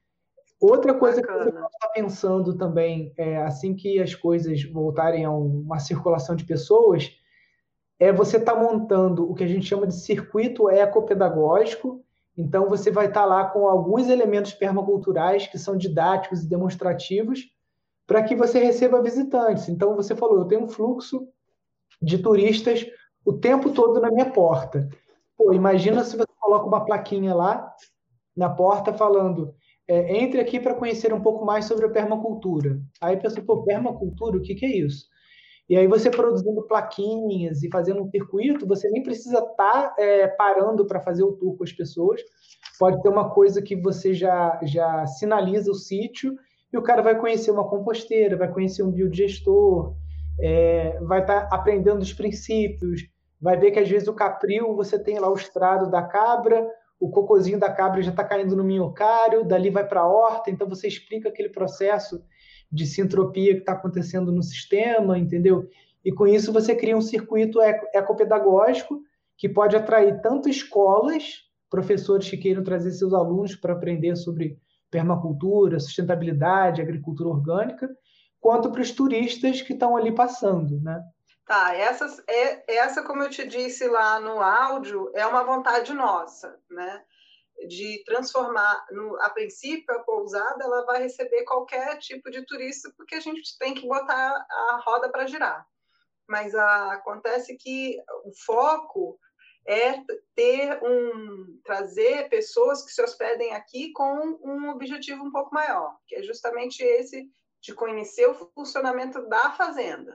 Outra coisa que você Bacana. pode estar pensando também, é, assim que as coisas voltarem a uma circulação de pessoas, é você estar montando o que a gente chama de circuito ecopedagógico. Então, você vai estar lá com alguns elementos permaculturais que são didáticos e demonstrativos para que você receba visitantes. Então, você falou, eu tenho um fluxo de turistas o tempo todo na minha porta. Pô, imagina se você coloca uma plaquinha lá na porta falando é, entre aqui para conhecer um pouco mais sobre a permacultura. Aí a pessoa, pô, permacultura, o que, que é isso? E aí você produzindo plaquinhas e fazendo um circuito, você nem precisa estar tá, é, parando para fazer o tour com as pessoas. Pode ter uma coisa que você já, já sinaliza o sítio e o cara vai conhecer uma composteira, vai conhecer um biodigestor, é, vai estar tá aprendendo os princípios, vai ver que às vezes o capril, você tem lá o estrado da cabra, o cocôzinho da cabra já está caindo no minhocário, dali vai para a horta, então você explica aquele processo de sintropia que está acontecendo no sistema, entendeu? E com isso você cria um circuito ecopedagógico que pode atrair tanto escolas, professores que queiram trazer seus alunos para aprender sobre permacultura, sustentabilidade, agricultura orgânica, quanto para os turistas que estão ali passando, né? Tá, essa, é, essa, como eu te disse lá no áudio, é uma vontade nossa, né? De transformar, no, a princípio, a pousada ela vai receber qualquer tipo de turista, porque a gente tem que botar a roda para girar. Mas a, acontece que o foco é ter um, trazer pessoas que se hospedem aqui com um objetivo um pouco maior, que é justamente esse de conhecer o funcionamento da fazenda.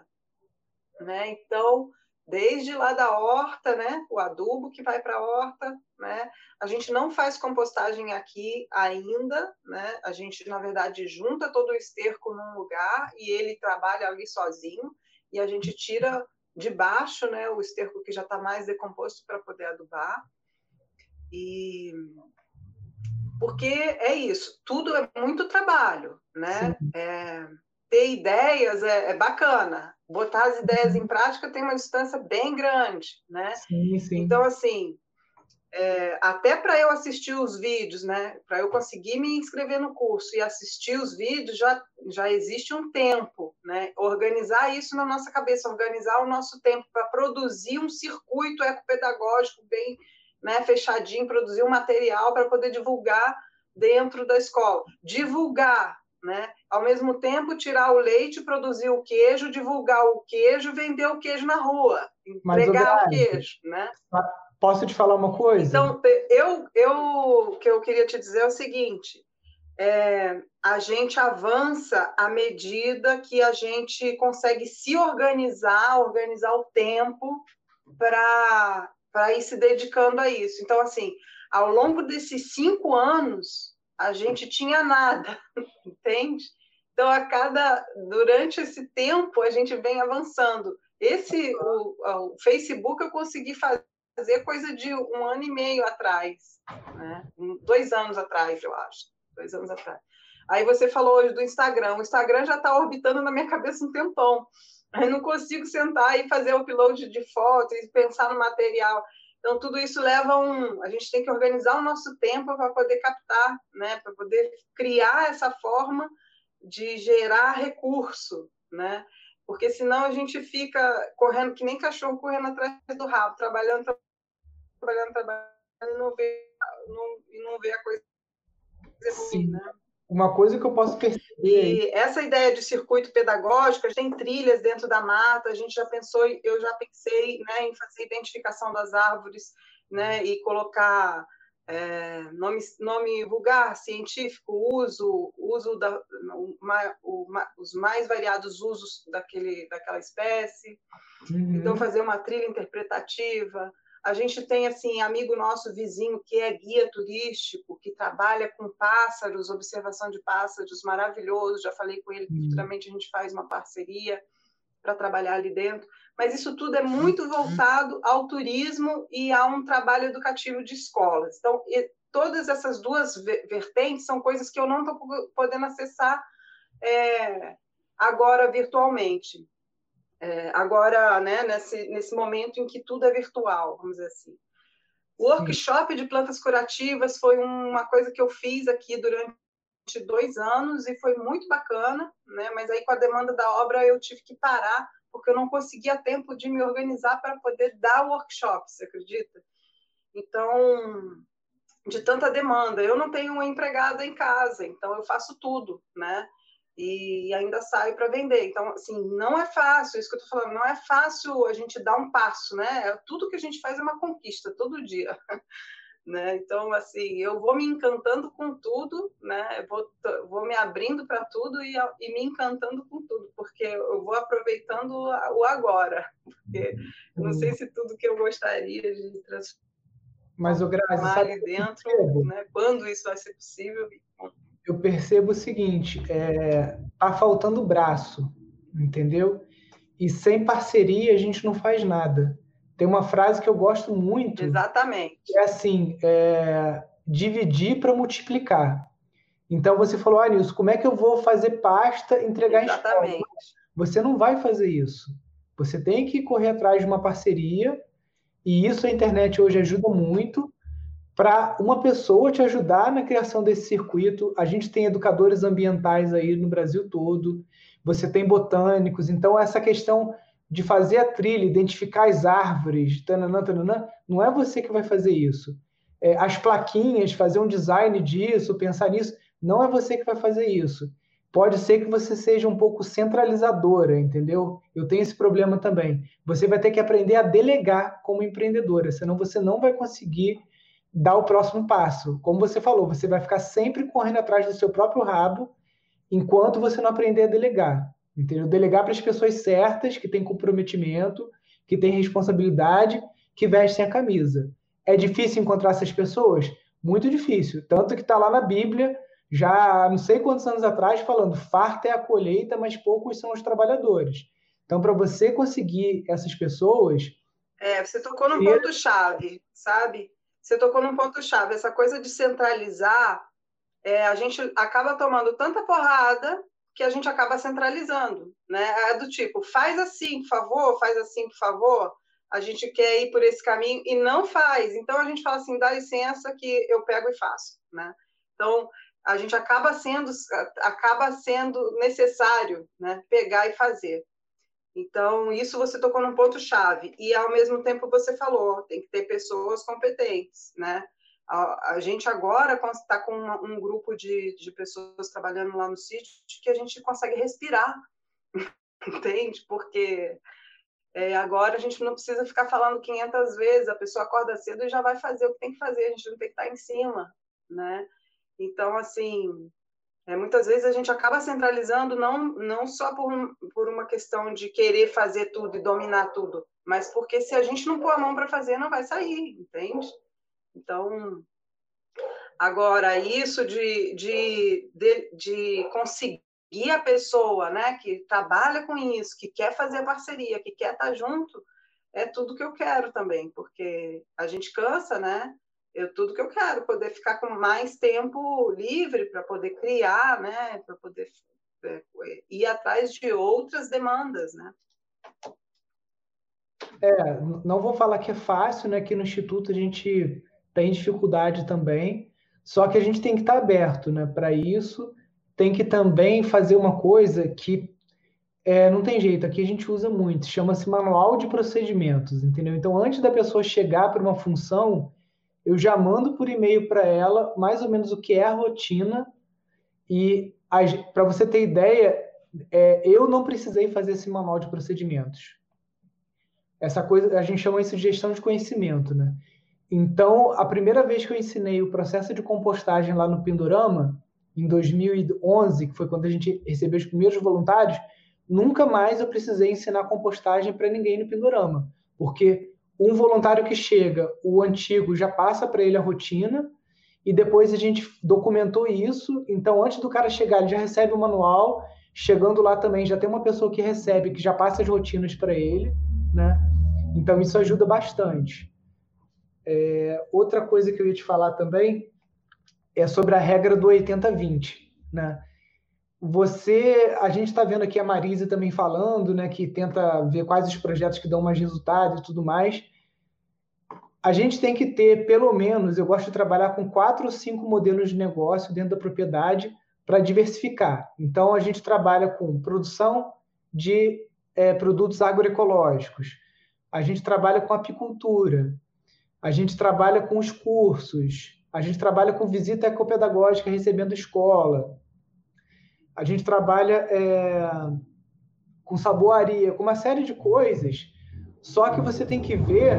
Né? Então, desde lá da horta, né? O adubo que vai para a horta, né? A gente não faz compostagem aqui ainda, né? A gente, na verdade, junta todo o esterco num lugar e ele trabalha ali sozinho e a gente tira de baixo, né, o esterco que já está mais decomposto para poder adubar. E porque é isso, tudo é muito trabalho, né? É, ter ideias é, é bacana, botar as ideias em prática tem uma distância bem grande, né? Sim, sim. Então, assim, é, até para eu assistir os vídeos, né? Para eu conseguir me inscrever no curso e assistir os vídeos, já, já existe um tempo, né? Organizar isso na nossa cabeça, organizar o nosso tempo para produzir um circuito ecopedagógico bem, né, fechadinho, produzir um material para poder divulgar dentro da escola. Divulgar, né? Ao mesmo tempo, tirar o leite, produzir o queijo, divulgar o queijo, vender o queijo na rua, entregar o queijo, né? Posso te falar uma coisa? Então, eu, eu, o que eu queria te dizer é o seguinte, é, a gente avança à medida que a gente consegue se organizar, organizar o tempo para para ir se dedicando a isso. Então, assim, ao longo desses cinco anos, a gente tinha nada, entende? Então, a cada, durante esse tempo, a gente vem avançando. Esse, o, o Facebook, eu consegui fazer coisa de um ano e meio atrás, né? Dois anos atrás, eu acho. Dois anos atrás. Aí você falou hoje do Instagram. O Instagram já está orbitando na minha cabeça um tempão. Eu não consigo sentar e fazer o upload de fotos e pensar no material. Então, tudo isso leva um... A gente tem que organizar o nosso tempo para poder captar, né? Para poder criar essa forma de gerar recurso, né? Porque senão a gente fica correndo que nem cachorro correndo atrás do rabo, trabalhando, trabalhando, trabalhando e não vê, não, e não vê a coisa evoluir, né? Uma coisa que eu posso perceber... E essa ideia de circuito pedagógico, a gente tem trilhas dentro da mata, a gente já pensou, eu já pensei, né, em fazer identificação das árvores, né, e colocar é, nome, nome vulgar, científico, uso, uso da, uma, uma, os mais variados usos daquele, daquela espécie. Uhum. Então, fazer uma trilha interpretativa. A gente tem, assim, amigo nosso vizinho que é guia turístico, que trabalha com pássaros, observação de pássaros, maravilhoso. Já falei com ele que futuramente a gente faz uma parceria para trabalhar ali dentro. Mas isso tudo é muito voltado ao turismo e a um trabalho educativo de escolas. Então, todas essas duas vertentes são coisas que eu não estou podendo acessar é, agora virtualmente. É, agora, né, nesse, nesse momento em que tudo é virtual, vamos dizer assim. O workshop de plantas curativas foi uma coisa que eu fiz aqui durante dois anos e foi muito bacana, né? Mas aí com a demanda da obra eu tive que parar, porque eu não conseguia tempo de me organizar para poder dar o workshop, você acredita? Então, de tanta demanda. Eu não tenho uma empregada em casa, então eu faço tudo, né? E ainda saio para vender. Então, assim, não é fácil, isso que eu estou falando, não é fácil a gente dar um passo, né? Tudo que a gente faz é uma conquista, todo dia. Né? Então, assim, eu vou me encantando com tudo, né? Eu vou, vou me abrindo para tudo e, e me encantando com tudo, porque eu vou aproveitando o agora. Porque eu não sei se tudo que eu gostaria de transformar Mas, o Grazi, ali dentro, né? Quando isso vai ser possível... Eu percebo o seguinte, é, tá faltando braço, entendeu? E sem parceria a gente não faz nada. Tem uma frase que eu gosto muito. Exatamente. Que é assim, é, dividir para multiplicar. Então você falou, ah, Nilson, como é que eu vou fazer pasta e entregar Exatamente. em escola? Você não vai fazer isso. Você tem que correr atrás de uma parceria, e isso a internet hoje ajuda muito, para uma pessoa te ajudar na criação desse circuito. A gente tem educadores ambientais aí no Brasil todo, você tem botânicos, então essa questão de fazer a trilha, identificar as árvores, tananã, tananã, não é você que vai fazer isso. É, as plaquinhas, fazer um design disso, pensar nisso, não é você que vai fazer isso. Pode ser que você seja um pouco centralizadora, entendeu? Eu tenho esse problema também. Você vai ter que aprender a delegar como empreendedora, senão você não vai conseguir dar o próximo passo. Como você falou, você vai ficar sempre correndo atrás do seu próprio rabo enquanto você não aprender a delegar. Entendeu? Delegar para as pessoas certas, que têm comprometimento, que têm responsabilidade, que vestem a camisa. É difícil encontrar essas pessoas? Muito difícil. Tanto que está lá na Bíblia, já não sei quantos anos atrás, falando farta é a colheita, mas poucos são os trabalhadores. Então, para você conseguir essas pessoas... É, você tocou num ponto-chave, sabe? Você tocou num ponto-chave. Essa coisa de centralizar, é, a gente acaba tomando tanta porrada que a gente acaba centralizando, né? É do tipo, faz assim, por favor, faz assim, por favor. A gente quer ir por esse caminho e não faz. Então, a gente fala assim, dá licença que eu pego e faço, né? Então, a gente acaba sendo, acaba sendo necessário, né? Pegar e fazer. Então, isso você tocou num ponto-chave. E, ao mesmo tempo, você falou, tem que ter pessoas competentes, né? A, a gente agora está com uma, um grupo de, de pessoas trabalhando lá no sítio que a gente consegue respirar, entende? Porque é, agora a gente não precisa ficar falando quinhentas vezes, a pessoa acorda cedo e já vai fazer o que tem que fazer, a gente não tem que estar em cima, né? Então, assim, é, muitas vezes a gente acaba centralizando não, não só por, um, por uma questão de querer fazer tudo e dominar tudo, mas porque se a gente não pôr a mão para fazer, não vai sair, entende? Então, agora, isso de, de, de, de conseguir a pessoa, né, que trabalha com isso, que quer fazer parceria, que quer estar junto, é tudo que eu quero também, porque a gente cansa, né? Eu, tudo que eu quero, poder ficar com mais tempo livre para poder criar, né? Para poder é, ir atrás de outras demandas, né? É, não vou falar que é fácil, né? Aqui no Instituto a gente tem dificuldade também, só que a gente tem que estar aberto, né? Para isso, tem que também fazer uma coisa que é, não tem jeito, aqui a gente usa muito, chama-se manual de procedimentos, entendeu? Então, antes da pessoa chegar para uma função, eu já mando por e-mail para ela mais ou menos o que é a rotina e para você ter ideia, é, eu não precisei fazer esse manual de procedimentos. Essa coisa, a gente chama isso de gestão de conhecimento, né? Então, a primeira vez que eu ensinei o processo de compostagem lá no Pindorama, em dois mil e onze, que foi quando a gente recebeu os primeiros voluntários, nunca mais eu precisei ensinar compostagem para ninguém no Pindorama, porque um voluntário que chega, o antigo já passa para ele a rotina, e depois a gente documentou isso, então antes do cara chegar, ele já recebe o manual, chegando lá também já tem uma pessoa que recebe, que já passa as rotinas para ele, né? Então isso ajuda bastante. É, outra coisa que eu ia te falar também é sobre a regra do oitenta vinte, né? Você, a gente está vendo aqui a Marise também falando, né, que tenta ver quais os projetos que dão mais resultado e tudo mais. A gente tem que ter, pelo menos, eu gosto de trabalhar com quatro ou cinco modelos de negócio dentro da propriedade para diversificar. Então, a gente trabalha com produção de é, produtos agroecológicos, a gente trabalha com apicultura, a gente trabalha com os cursos, a gente trabalha com visita ecopedagógica recebendo escola, a gente trabalha é, com saboaria, com uma série de coisas. Só que você tem que ver,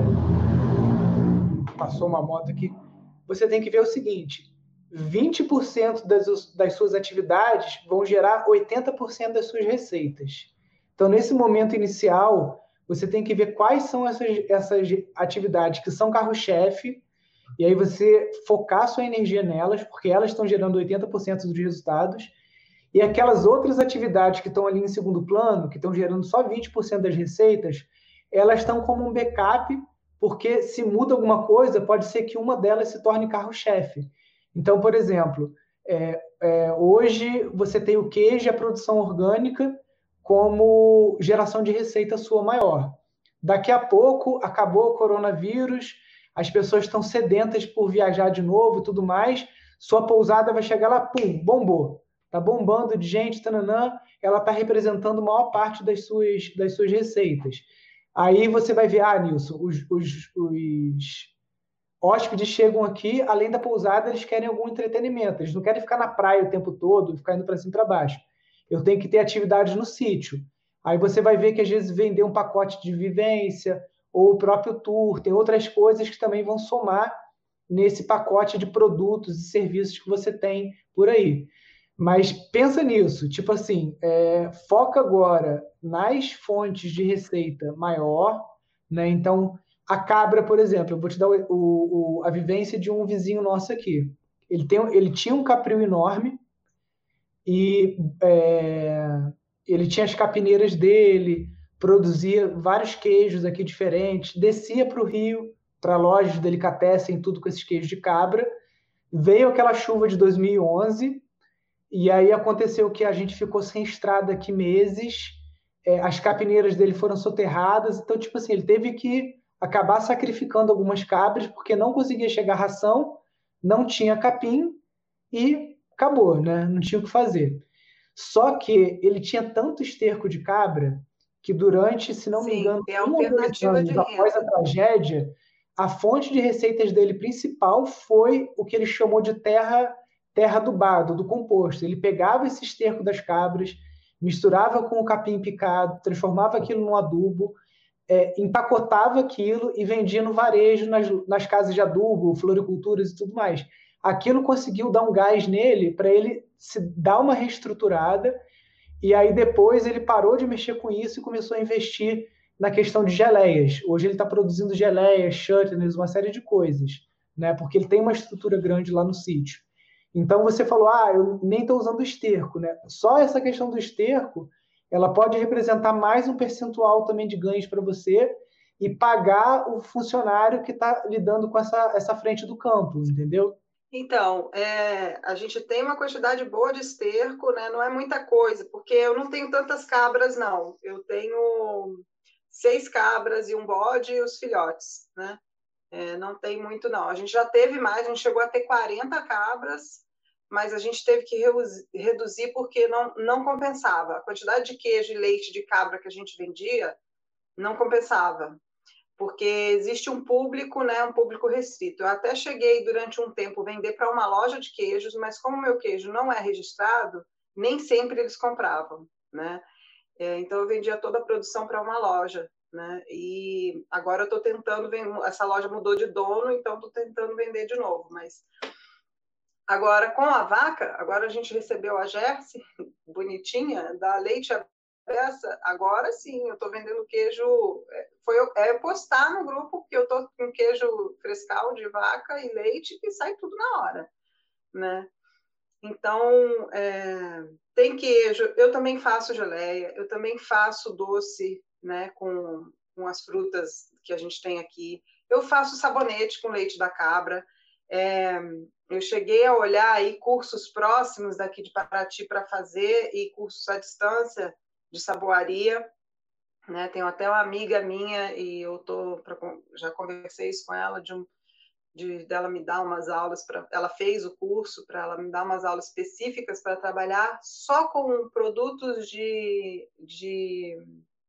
passou uma moto aqui, você tem que ver o seguinte, vinte por cento das, das suas atividades vão gerar oitenta por cento das suas receitas. Então, nesse momento inicial, você tem que ver quais são essas, essas atividades que são carro-chefe, e aí você focar sua energia nelas, porque elas estão gerando oitenta por cento dos resultados, e aquelas outras atividades que estão ali em segundo plano, que estão gerando só vinte por cento das receitas, elas estão como um backup, porque se muda alguma coisa, pode ser que uma delas se torne carro-chefe. Então, por exemplo, é, é, hoje você tem o queijo e a produção orgânica como geração de receita sua maior. Daqui a pouco, acabou o coronavírus, as pessoas estão sedentas por viajar de novo e tudo mais, sua pousada vai chegar lá, pum, bombou. Está bombando de gente, tananã, ela está representando a maior parte das suas, das suas receitas. Aí você vai ver, ah, Nilson, os, os, os hóspedes chegam aqui, além da pousada, eles querem algum entretenimento. Eles não querem ficar na praia o tempo todo, ficar indo para cima e para baixo. Eu tenho que ter atividades no sítio. Aí você vai ver que às vezes vender um pacote de vivência ou o próprio tour, tem outras coisas que também vão somar nesse pacote de produtos e serviços que você tem por aí. Mas pensa nisso, tipo assim, é, foca agora nas fontes de receita maior, né? Então, a cabra, por exemplo, eu vou te dar o, o, a vivência de um vizinho nosso aqui. Ele, tem, ele tinha um capril enorme e é, ele tinha as capineiras dele, produzia vários queijos aqui diferentes, descia para o Rio, para lojas de delicatessen, tudo com esses queijos de cabra. Veio aquela chuva de dois mil e onze, e aí aconteceu que a gente ficou sem estrada aqui meses, é, as capineiras dele foram soterradas, então, tipo assim, ele teve que acabar sacrificando algumas cabras, porque não conseguia chegar a ração, não tinha capim, e acabou, né? Não tinha o que fazer. Só que ele tinha tanto esterco de cabra que durante, se não me Sim, engano, tem um ou dois alternativa de anos após a renda. tragédia, a fonte de receitas dele principal foi o que ele chamou de terra, terra adubada, do composto. Ele pegava esse esterco das cabras, misturava com o capim picado, transformava aquilo num adubo, é, empacotava aquilo e vendia no varejo, nas, nas casas de adubo, floriculturas e tudo mais. Aquilo conseguiu dar um gás nele para ele se dar uma reestruturada, e aí depois ele parou de mexer com isso e começou a investir na questão de geleias. Hoje ele está produzindo geleias, chutneys, uma série de coisas, né? Porque ele tem uma estrutura grande lá no sítio. Então você falou, ah, eu nem estou usando esterco, né? Só essa questão do esterco, ela pode representar mais um percentual também de ganhos para você e pagar o funcionário que está lidando com essa, essa frente do campo, entendeu? Então, é, a gente tem uma quantidade boa de esterco, né? Não é muita coisa, porque eu não tenho tantas cabras, não. Eu tenho seis cabras e um bode e os filhotes, né? É, não tem muito, não. A gente já teve mais, a gente chegou a ter quarenta cabras, mas a gente teve que reduzir porque não, não compensava. A quantidade de queijo e leite de cabra que a gente vendia não compensava, porque existe um público, né, um público restrito. Eu até cheguei durante um tempo vender para uma loja de queijos, mas como o meu queijo não é registrado, nem sempre eles compravam, né? É, então eu vendia toda a produção para uma loja, né? E agora eu estou tentando vender, essa loja mudou de dono, então estou tentando vender de novo, mas agora com a vaca, agora a gente recebeu a Jersey, bonitinha, da Leite essa, agora sim, eu estou vendendo queijo. Foi é postar no grupo que eu estou com queijo frescal de vaca e leite que sai tudo na hora, né? Então, é, tem queijo, eu também faço geleia, eu também faço doce, né, com, com as frutas que a gente tem aqui. Eu faço sabonete com leite da cabra. É, eu cheguei a olhar aí cursos próximos daqui de Paraty para fazer e cursos à distância de saboaria, né? Tenho até uma amiga minha e eu tô pra, já conversei isso com ela de, um, de dela me dar umas aulas para, ela fez o curso para ela me dar umas aulas específicas para trabalhar só com produtos de, de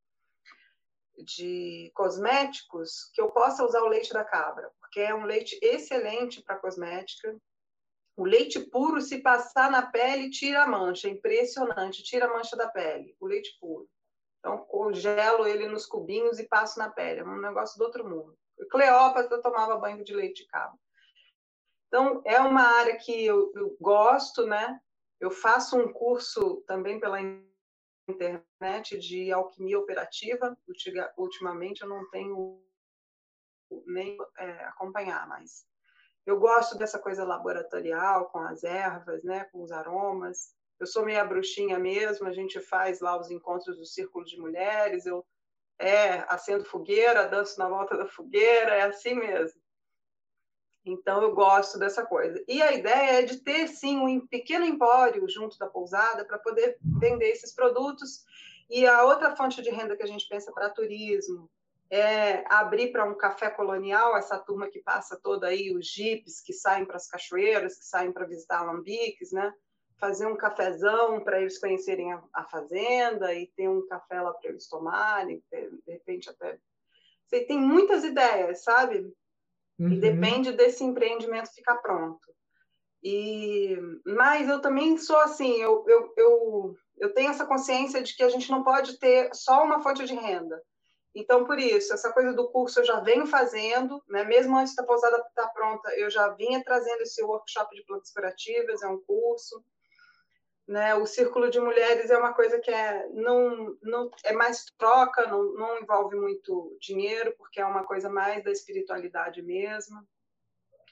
de cosméticos que eu possa usar o leite da cabra, porque é um leite excelente para cosmética. O leite puro, se passar na pele, tira a mancha. É impressionante, tira a mancha da pele. O leite puro. Então, congelo ele nos cubinhos e passo na pele. É um negócio do outro mundo. Cleópatra tomava banho de leite de cabra. Então, é uma área que eu, eu gosto, né? Eu faço um curso também pela internet de alquimia operativa. Ultimamente, eu não tenho nem é, acompanhar mais. Eu gosto dessa coisa laboratorial, com as ervas, né, com os aromas. Eu sou meia bruxinha mesmo, a gente faz lá os encontros do Círculo de Mulheres, eu é, acendo fogueira, danço na volta da fogueira, é assim mesmo. Então, eu gosto dessa coisa. E a ideia é de ter, sim, um pequeno empório junto da pousada para poder vender esses produtos. E a outra fonte de renda que a gente pensa para turismo, é abrir para um café colonial, essa turma que passa toda aí, os jipes que saem para as cachoeiras, que saem para visitar alambiques, né? Fazer um cafezão para eles conhecerem a, a fazenda e ter um café lá para eles tomarem, de repente até... Você tem muitas ideias, sabe? Uhum. E depende desse empreendimento ficar pronto. E, mas eu também sou assim, eu, eu, eu, eu tenho essa consciência de que a gente não pode ter só uma fonte de renda. Então, por isso, essa coisa do curso eu já venho fazendo, né? Mesmo antes da pousada estar pronta, eu já vinha trazendo esse workshop de plantas curativas, é um curso. Né? O Círculo de Mulheres é uma coisa que é, não, não, é mais troca, não, não envolve muito dinheiro, porque é uma coisa mais da espiritualidade mesmo.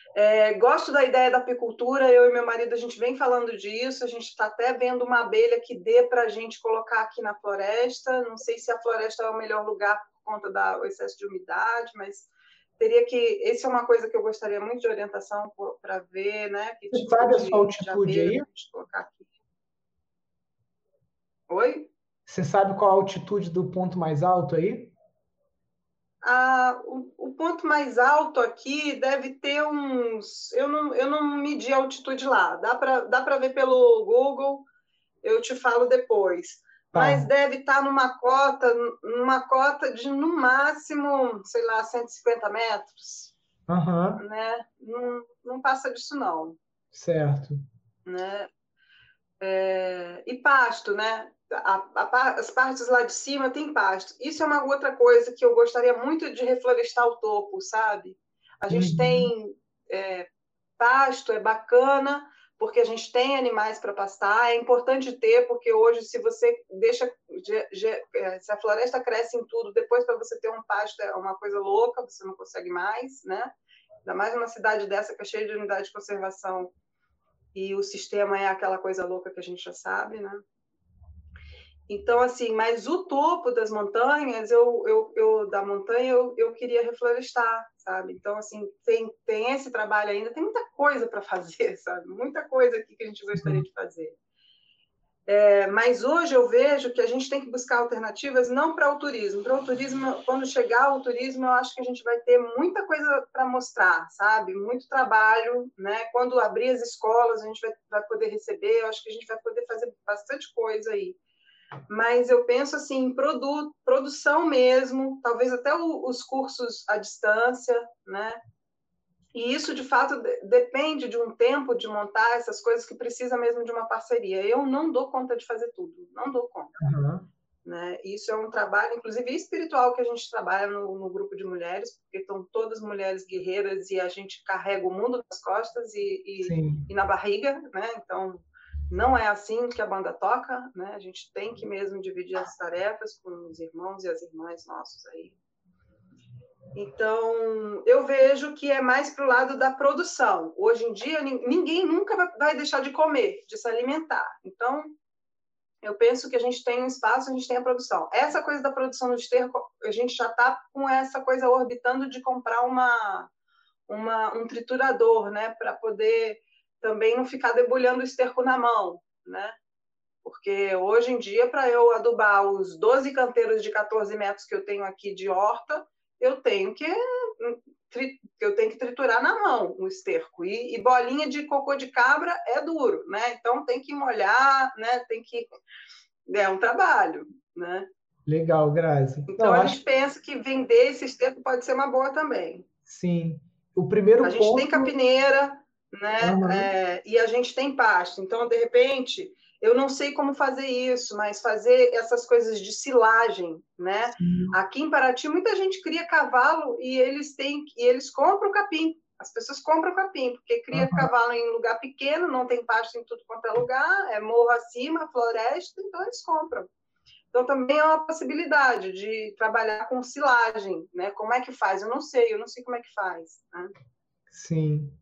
É, gosto da ideia da apicultura, eu e meu marido, a gente vem falando disso, a gente está até vendo uma abelha que dê para a gente colocar aqui na floresta, não sei se a floresta é o melhor lugar por conta do excesso de umidade, mas teria que, essa é uma coisa que eu gostaria muito de orientação para ver, né, que Você tipo sabe a de, sua de altitude abelha aí? para a gente colocar aqui. Oi? Você sabe qual a altitude do ponto mais alto aí? Ah, o, o ponto mais alto aqui deve ter uns. Eu não, eu não medi a altitude lá, dá para dá para ver pelo Google, eu te falo depois. Mas Tá. deve estar numa cota, numa cota de no máximo, sei lá, cento e cinquenta metros, Aham, né? Não, não passa disso, não. certo. Né? É, e pasto, né? A, a, as partes lá de cima tem pasto. Isso é uma outra coisa que eu gostaria muito de reflorestar o topo, sabe? A gente Uhum. tem é, pasto, é bacana, porque a gente tem animais para pastar, é importante ter, porque hoje, se você deixa, se a floresta cresce em tudo, depois para você ter um pasto é uma coisa louca, você não consegue mais, né? Ainda mais numa cidade dessa que é cheia de unidade de conservação e o sistema é aquela coisa louca que a gente já sabe, né? Então, assim, mas o topo das montanhas, eu, eu, eu da montanha, eu, eu queria reflorestar, sabe? Então, assim, tem, tem esse trabalho ainda, tem muita coisa para fazer, sabe? Muita coisa aqui que a gente gostaria de fazer. É, mas hoje eu vejo que a gente tem que buscar alternativas não para o turismo. Para o turismo, quando chegar o turismo, eu acho que a gente vai ter muita coisa para mostrar, sabe? Muito trabalho, né? Quando abrir as escolas, a gente vai, vai poder receber, eu acho que a gente vai poder fazer bastante coisa aí. Mas eu penso assim, em produ produção mesmo, talvez até o, os cursos à distância, né? E isso, de fato, depende de um tempo de montar essas coisas que precisa mesmo de uma parceria. Eu não dou conta de fazer tudo, não dou conta. Uhum. Né? Isso é um trabalho, inclusive, espiritual que a gente trabalha no, no grupo de mulheres, porque estão todas mulheres guerreiras e a gente carrega o mundo nas costas e, e, e na barriga, né? Então, não é assim que a banda toca, né? A gente tem que mesmo dividir as tarefas com os irmãos e as irmãs nossos aí. Então, eu vejo que é mais para o lado da produção. Hoje em dia, ninguém nunca vai deixar de comer, de se alimentar. Então, eu penso que a gente tem um espaço, a gente tem a produção. Essa coisa da produção no esterco, a gente já está com essa coisa orbitando de comprar uma, uma, um triturador, né? Para poder também não ficar debulhando o esterco na mão, né? Porque hoje em dia, para eu adubar os doze canteiros de quatorze metros que eu tenho aqui de horta, eu tenho que eu tenho que triturar na mão o esterco. E, e bolinha de cocô de cabra é duro, né? Então tem que molhar, né? Tem que é um trabalho, né? Legal, Grazi. Então Não, a acho gente pensa que vender esse esterco pode ser uma boa também. sim. O A primeiro gente tem ponto. capineira, né? Uhum. É, e a gente tem pasto. Então, de repente, eu não sei como fazer isso, mas fazer essas coisas de silagem, né? Sim. Aqui em Paraty, muita gente cria cavalo e eles têm, e eles compram capim. As pessoas compram capim, porque cria Uhum. cavalo em lugar pequeno, não tem pasto em tudo quanto é lugar, é morro acima, floresta, então eles compram. Então, também é uma possibilidade de trabalhar com silagem, né? Como é que faz? Eu não sei, eu não sei como é que faz, né? Sim.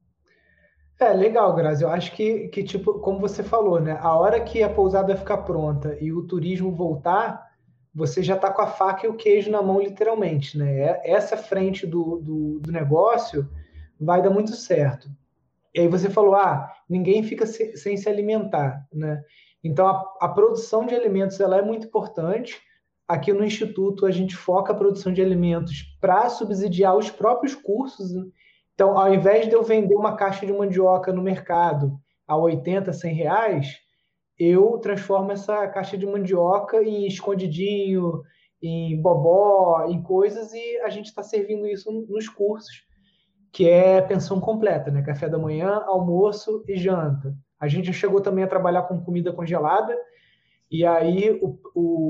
É legal, Grazi. Eu acho que, que, tipo, como você falou, né? A hora que a pousada ficar pronta e o turismo voltar, você já está com a faca e o queijo na mão, literalmente, né? É- Essa frente do, do, do negócio vai dar muito certo. E aí você falou, ah, ninguém fica se- sem se alimentar, né? Então a, a produção de alimentos ela é muito importante. Aqui no Instituto a gente foca a produção de alimentos para subsidiar os próprios cursos, né? Então, ao invés de eu vender uma caixa de mandioca no mercado a oitenta, cem reais, eu transformo essa caixa de mandioca em escondidinho, em bobó, em coisas, e a gente está servindo isso nos cursos que é pensão completa, né? Café da manhã, almoço e janta. A gente já chegou também a trabalhar com comida congelada, e aí o,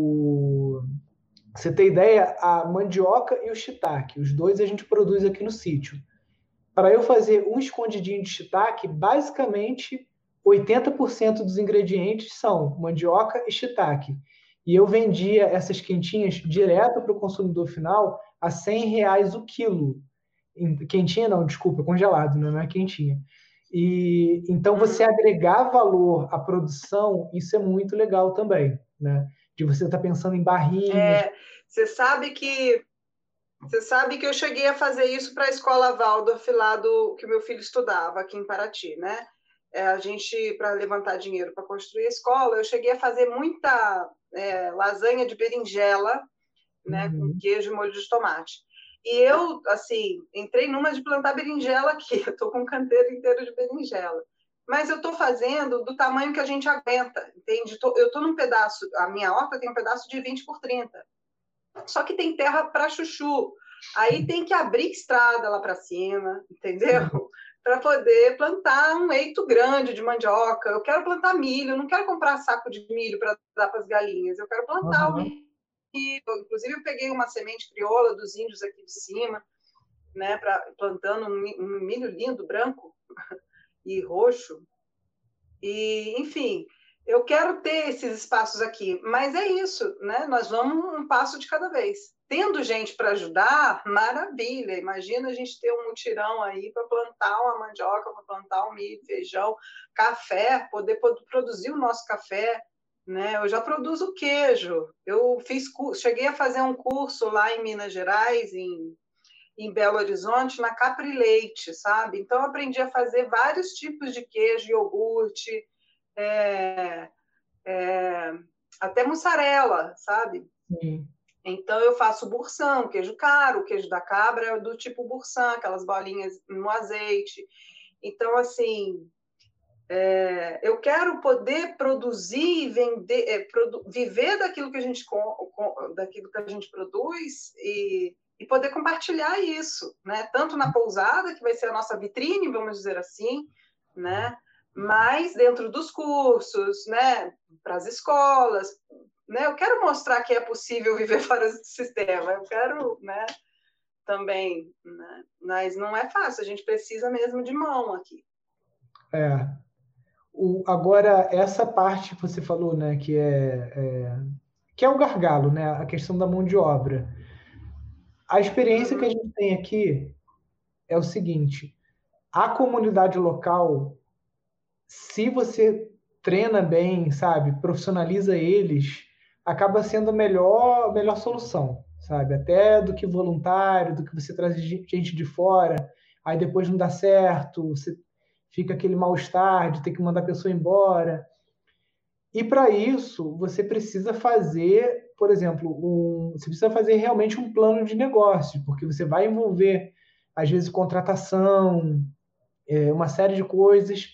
o você tem ideia, a mandioca e o shiitake, os dois a gente produz aqui no sítio. Para eu fazer um escondidinho de shiitake, basicamente oitenta por cento dos ingredientes são mandioca e shiitake. E eu vendia essas quentinhas direto para o consumidor final a cem reais o quilo. Quentinha não, desculpa, congelado, né? Não é quentinha. E então você agregar valor à produção, isso é muito legal também, né? De você estar pensando em barrinhas. É, você sabe que você sabe que eu cheguei a fazer isso para a escola Waldorf lá do que o meu filho estudava aqui em Paraty, né? É, a gente para levantar dinheiro para construir a escola, eu cheguei a fazer muita é, lasanha de berinjela, né, com Uhum. queijo e molho de tomate. E eu, assim, entrei numa de plantar berinjela aqui. Eu estou com um canteiro inteiro de berinjela. Mas eu estou fazendo do tamanho que a gente aguenta, entende? Eu estou num pedaço, a minha horta tem um pedaço de vinte por trinta. Só que tem terra para chuchu. Aí tem que abrir estrada lá para cima, entendeu? Para poder plantar um eito grande de mandioca. Eu quero plantar milho, eu não quero comprar saco de milho para dar para as galinhas. Eu quero plantar o Uhum. milho. Inclusive, eu peguei uma semente crioula dos índios aqui de cima, né, pra, plantando um milho lindo, branco e roxo. E, enfim, eu quero ter esses espaços aqui, mas é isso, né? Nós vamos um passo de cada vez. Tendo gente para ajudar, maravilha. Imagina a gente ter um mutirão aí para plantar uma mandioca, para plantar um milho, feijão, café, poder produzir o nosso café, né? Eu já produzo queijo. Eu fiz, cheguei a fazer um curso lá em Minas Gerais, em, em Belo Horizonte, na Capri Leite, sabe? Então, eu aprendi a fazer vários tipos de queijo, iogurte, é, é, até mussarela, sabe? Sim. Então, eu faço bursão, queijo caro, o queijo da cabra é do tipo bursã, aquelas bolinhas no azeite. Então, assim, é, eu quero poder produzir e vender, é, produ viver daquilo que a gente com, com, daquilo que a gente produz e, e poder compartilhar isso, né? Tanto na pousada, que vai ser a nossa vitrine, vamos dizer assim, né? Mas dentro dos cursos, né? Para as escolas, né? Eu quero mostrar que é possível viver fora do sistema. Eu quero, né? Também, né? Mas não é fácil. A gente precisa mesmo de mão aqui. É. O, agora, essa parte que você falou, né, que é, é, que é o gargalo, né, a questão da mão de obra. A experiência que a Uhum. gente tem aqui é o seguinte: a comunidade local, se você treina bem, sabe, profissionaliza eles, acaba sendo a melhor, melhor solução, sabe? Até do que voluntário, do que você traz gente de fora, aí depois não dá certo, você fica aquele mal-estar de ter que mandar a pessoa embora. E para isso, você precisa fazer, por exemplo, um, você precisa fazer realmente um plano de negócio, porque você vai envolver, às vezes, contratação, é, uma série de coisas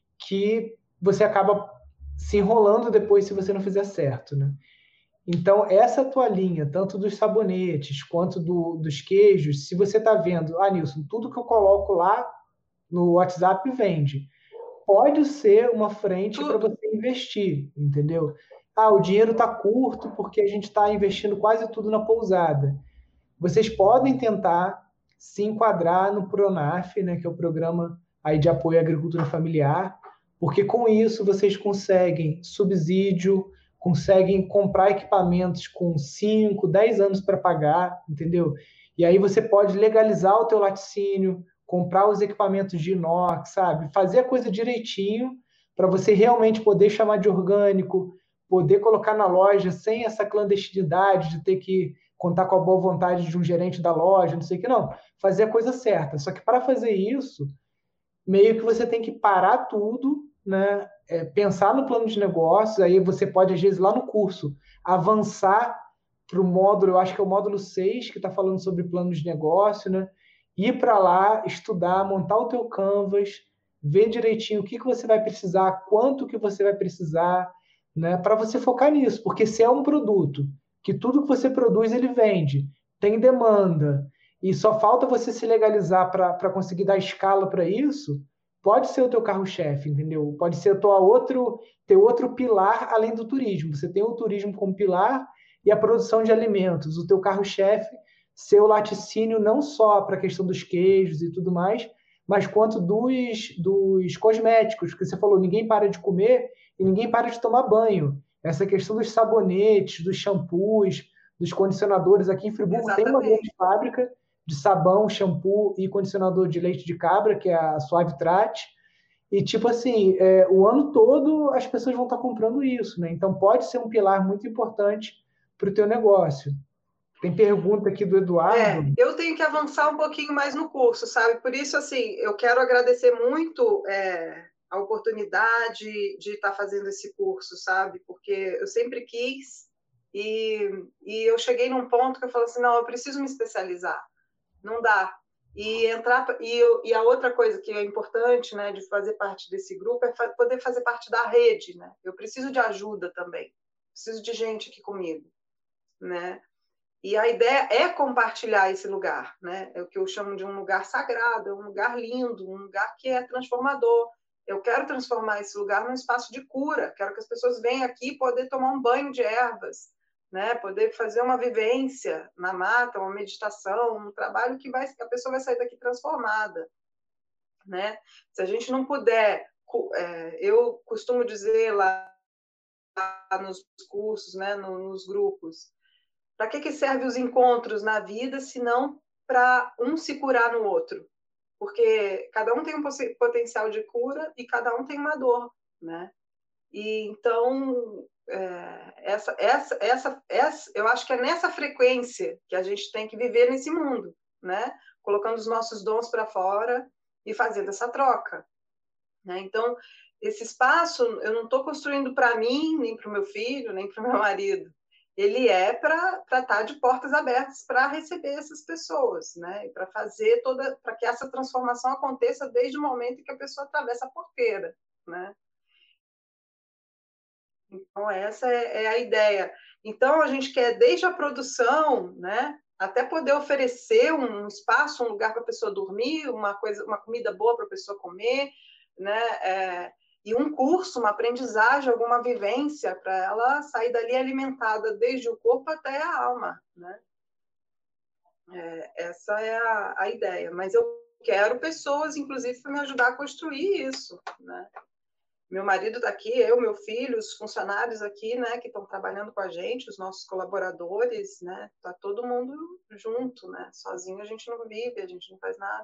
que você acaba se enrolando depois se você não fizer certo, né? Então, essa tua linha, tanto dos sabonetes quanto do, dos queijos, se você está vendo, ah, Nilson, tudo que eu coloco lá no WhatsApp vende, pode ser uma frente para Tudo. você investir, entendeu? Ah, o dinheiro está curto porque a gente está investindo quase tudo na pousada. Vocês podem tentar se enquadrar no Pronaf, né, que é o programa aí de apoio à agricultura familiar, porque com isso vocês conseguem subsídio, conseguem comprar equipamentos com cinco, dez anos para pagar, entendeu? E aí você pode legalizar o teu laticínio, comprar os equipamentos de inox, sabe? Fazer a coisa direitinho para você realmente poder chamar de orgânico, poder colocar na loja sem essa clandestinidade de ter que contar com a boa vontade de um gerente da loja, não sei o que, não. Fazer a coisa certa. Só que para fazer isso, meio que você tem que parar tudo, né? É, pensar no plano de negócios, aí você pode, às vezes, lá no curso, avançar para o módulo, eu acho que é o módulo seis que está falando sobre plano de negócio, né? Ir para lá, estudar, montar o teu canvas, ver direitinho o que, que você vai precisar, quanto que você vai precisar, né? Para você focar nisso, porque se é um produto que tudo que você produz ele vende, tem demanda, e só falta você se legalizar para conseguir dar escala para isso, pode ser o teu carro-chefe, entendeu? Pode ser o teu outro, teu outro pilar além do turismo. Você tem o turismo como pilar e a produção de alimentos. O teu carro-chefe ser o laticínio não só para a questão dos queijos e tudo mais, mas quanto dos, dos cosméticos, que você falou, ninguém para de comer e ninguém para de tomar banho. Essa questão dos sabonetes, dos shampoos, dos condicionadores. Aqui em Friburgo tem uma grande Exatamente. fábrica de sabão, shampoo e condicionador de leite de cabra, que é a Suave Trate. E, tipo assim, é, o ano todo as pessoas vão estar comprando isso, né? Então, pode ser um pilar muito importante para o teu negócio. Tem pergunta aqui do Eduardo. É, eu tenho que avançar um pouquinho mais no curso, sabe? Por isso, assim, eu quero agradecer muito é, a oportunidade de estar fazendo esse curso, sabe? Porque eu sempre quis e, e eu cheguei num ponto que eu falo assim, não, eu preciso me especializar. Não dá. E entrar e, eu, e a outra coisa que é importante, né, de fazer parte desse grupo é fa poder fazer parte da rede, né? Eu preciso de ajuda também. Preciso de gente aqui comigo, né? E a ideia é compartilhar esse lugar, né? É o que eu chamo de um lugar sagrado, é um lugar lindo, um lugar que é transformador. Eu quero transformar esse lugar num espaço de cura. Quero que as pessoas venham aqui poder tomar um banho de ervas, né? Poder fazer uma vivência na mata, uma meditação, um trabalho que vai, a pessoa vai sair daqui transformada, né? Se a gente não puder, é, eu costumo dizer lá nos cursos, né? Nos grupos. Para que, que servem os encontros na vida, se não para um se curar no outro? Porque cada um tem um potencial de cura e cada um tem uma dor, né? E então é, essa, essa, essa, essa, eu acho que é nessa frequência que a gente tem que viver nesse mundo, né? Colocando os nossos dons para fora e fazendo essa troca, né? Então esse espaço eu não estou construindo para mim, nem para o meu filho, nem para o meu marido. Ele é para estar de portas abertas para receber essas pessoas, né? E para fazer toda, para que essa transformação aconteça desde o momento em que a pessoa atravessa a porteira, né? Então essa é, é a ideia. Então a gente quer desde a produção, né? Até poder oferecer um espaço, um lugar para a pessoa dormir, uma coisa, uma comida boa para a pessoa comer, né? É, e um curso, uma aprendizagem, alguma vivência para ela sair dali alimentada desde o corpo até a alma, né? É, essa é a, a ideia. Mas eu quero pessoas, inclusive, para me ajudar a construir isso, né? Meu marido está aqui, eu, meu filho, os funcionários aqui, né, que estão trabalhando com a gente, os nossos colaboradores, né? Tá todo mundo junto, né? Sozinho a gente não vive, a gente não faz nada.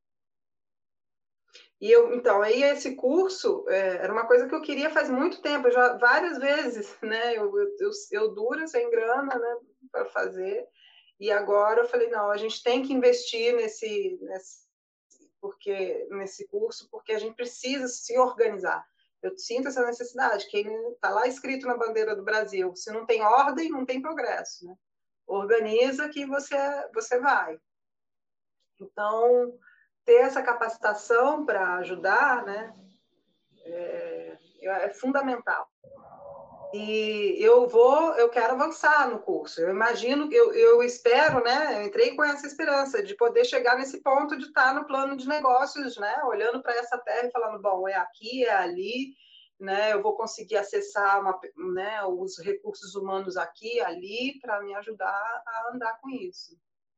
E eu, então, aí esse curso é, era uma coisa que eu queria faz muito tempo, já várias vezes, né? Eu, eu, eu, eu dura sem grana, né, para fazer. E agora eu falei, não, a gente tem que investir nesse, nesse, porque, nesse curso, porque a gente precisa se organizar. Eu sinto essa necessidade, que está lá escrito na bandeira do Brasil, se não tem ordem, não tem progresso, né? Organiza que você, você vai. Então, ter essa capacitação para ajudar, né, é, é fundamental. E eu vou, eu quero avançar no curso. Eu imagino, eu, eu espero, né? Eu entrei com essa esperança de poder chegar nesse ponto de estar no plano de negócios, né? Olhando para essa terra e falando, bom, é aqui, é ali, né? Eu vou conseguir acessar uma, né, os recursos humanos aqui, ali, para me ajudar a andar com isso.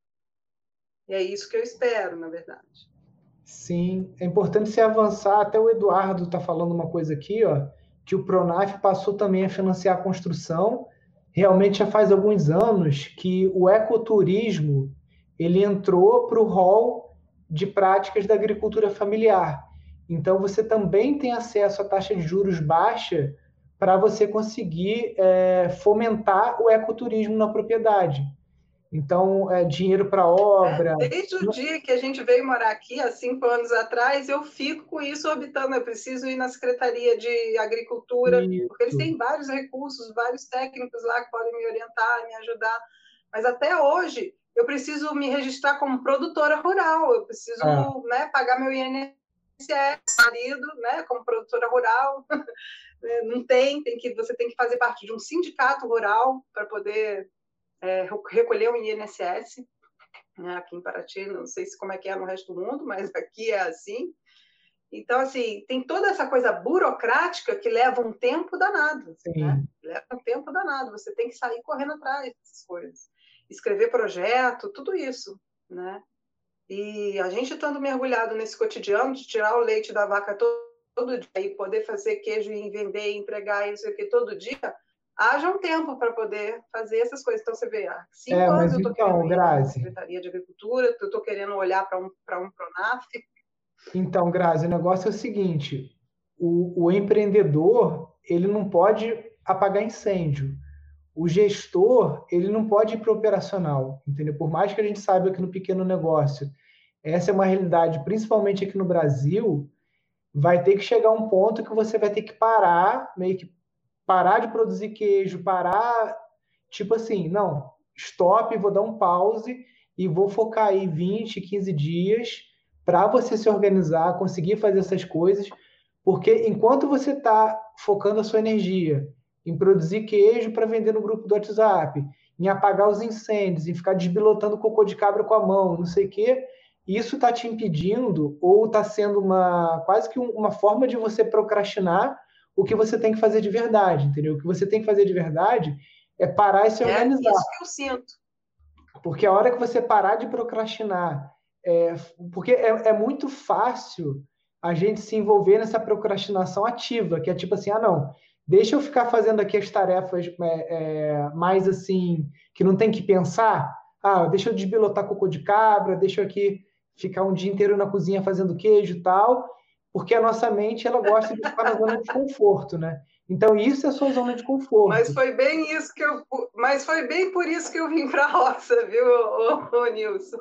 E é isso que eu espero, na verdade. Sim, é importante se avançar. Até o Eduardo está falando uma coisa aqui, ó, que o Pronaf passou também a financiar a construção. Realmente já faz alguns anos que o ecoturismo ele entrou para o rol de práticas da agricultura familiar. Então você também tem acesso a taxa de juros baixa para você conseguir é, fomentar o ecoturismo na propriedade. Então, é dinheiro para obra. É, desde o dia que a gente veio morar aqui, há cinco anos atrás, eu fico com isso orbitando. Eu preciso ir na Secretaria de Agricultura, porque eles Isso. têm vários recursos, vários técnicos lá que podem me orientar, me ajudar. Mas até hoje, eu preciso me registrar como produtora rural, eu preciso Ah, né, pagar meu I N S S, marido, né, como produtora rural. Não tem, tem que, você tem que fazer parte de um sindicato rural para poder é, recolher o I N S S, né, aqui em Paraty, não sei se como é que é no resto do mundo, mas aqui é assim. Então, assim, tem toda essa coisa burocrática que leva um tempo danado, né? sim. Leva um tempo danado, você tem que sair correndo atrás dessas coisas. Escrever projeto, tudo isso, né? E a gente estando mergulhado nesse cotidiano de tirar o leite da vaca todo, todo dia e poder fazer queijo e vender e entregar isso aqui todo dia, haja um tempo para poder fazer essas coisas. Então, você vê, há cinco É, anos mas eu estou então, querendo ir para a Grazi, Secretaria de Agricultura, eu estou querendo olhar para um, para um Pronaf. então, Grazi, o negócio é o seguinte, o, o empreendedor, ele não pode apagar incêndio. O gestor, ele não pode ir para o operacional, entendeu? Por mais que a gente saiba que no pequeno negócio essa é uma realidade, principalmente aqui no Brasil, vai ter que chegar um ponto que você vai ter que parar, meio que parar de produzir queijo, parar, tipo assim, não, stop, vou dar um pause e vou focar aí vinte, quinze dias para você se organizar, conseguir fazer essas coisas, porque enquanto você está focando a sua energia em produzir queijo para vender no grupo do WhatsApp, em apagar os incêndios, em ficar desbilotando cocô de cabra com a mão, não sei o quê, isso está te impedindo ou está sendo uma quase que um- uma forma de você procrastinar o que você tem que fazer de verdade, entendeu? O que você tem que fazer de verdade é parar e se É organizar. isso que eu sinto. Porque a hora que você parar de procrastinar, é, porque é, é muito fácil a gente se envolver nessa procrastinação ativa, que é tipo assim, ah, não, deixa eu ficar fazendo aqui as tarefas é, é, mais assim, que não tem que pensar. Ah, deixa eu desbilotar cocô de cabra, deixa eu aqui ficar um dia inteiro na cozinha fazendo queijo e tal, porque a nossa mente ela gosta de ficar na zona de conforto, né? Então, isso é a sua zona de Mas conforto. foi bem isso que eu, mas foi bem por isso que eu vim para a roça, viu, ô, ô, ô, Nilson?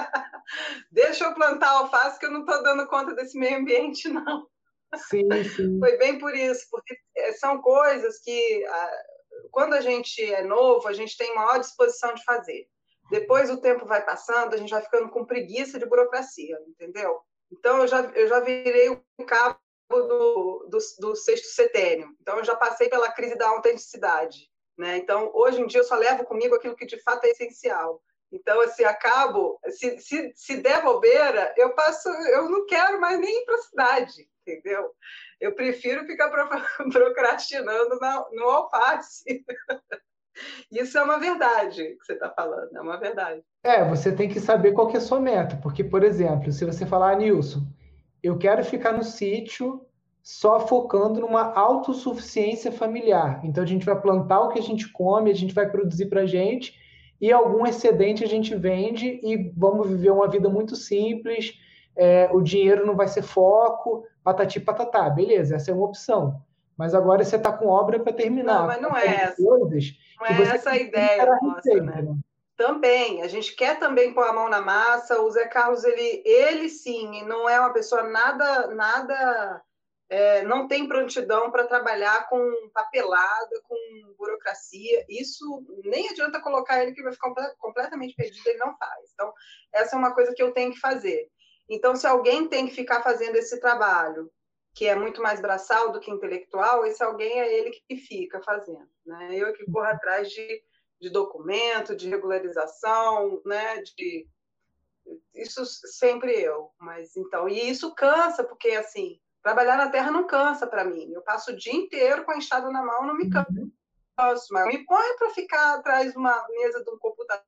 Deixa eu plantar alface que eu não estou dando conta desse meio ambiente, não. Sim, sim. Foi bem por isso, porque são coisas que, quando a gente é novo, a gente tem maior disposição de fazer. Depois o tempo vai passando, a gente vai ficando com preguiça de burocracia, entendeu? Então, eu já, eu já virei o cabo do, do, do sexto setênio. Então, eu já passei pela crise da autenticidade. Né? Então, hoje em dia, eu só levo comigo aquilo que de fato é essencial. Então, assim, acabo, se, se, se der bobeira, eu passo, eu não quero mais nem ir para a cidade, entendeu? Eu prefiro ficar procrastinando na, no alface. Isso é uma verdade que você está falando, é uma verdade. É, você tem que saber qual que é a sua meta, porque, por exemplo, se você falar, ah, Nilson, eu quero ficar no sítio só focando numa autossuficiência familiar. Então a gente vai plantar o que a gente come, a gente vai produzir para a gente e algum excedente a gente vende e vamos viver uma vida muito simples. É, o dinheiro não vai ser foco, patati patatá, beleza? Essa é uma opção. Mas agora você está com obra para Não, terminar, mas com não uma é série de essa, coisas não que é você essa a precisa ideia ter a nossa, receita, né? né? Também, a gente quer também pôr a mão na massa. O Zé Carlos, ele, ele sim, não é uma pessoa nada, nada, é, não tem prontidão para trabalhar com papelada, com burocracia. Isso nem adianta colocar ele que vai ficar completamente perdido, ele não faz. Então, essa é uma coisa que eu tenho que fazer. Então, se alguém tem que ficar fazendo esse trabalho, que é muito mais braçal do que intelectual, esse alguém é ele que fica fazendo. Né? Eu que corro atrás de de documento, de regularização, né? De isso sempre eu, mas então e isso cansa porque assim trabalhar na terra não cansa para mim. Eu passo o dia inteiro com a enxada na mão, não me canso, mas me põe para ficar atrás de uma mesa de um computador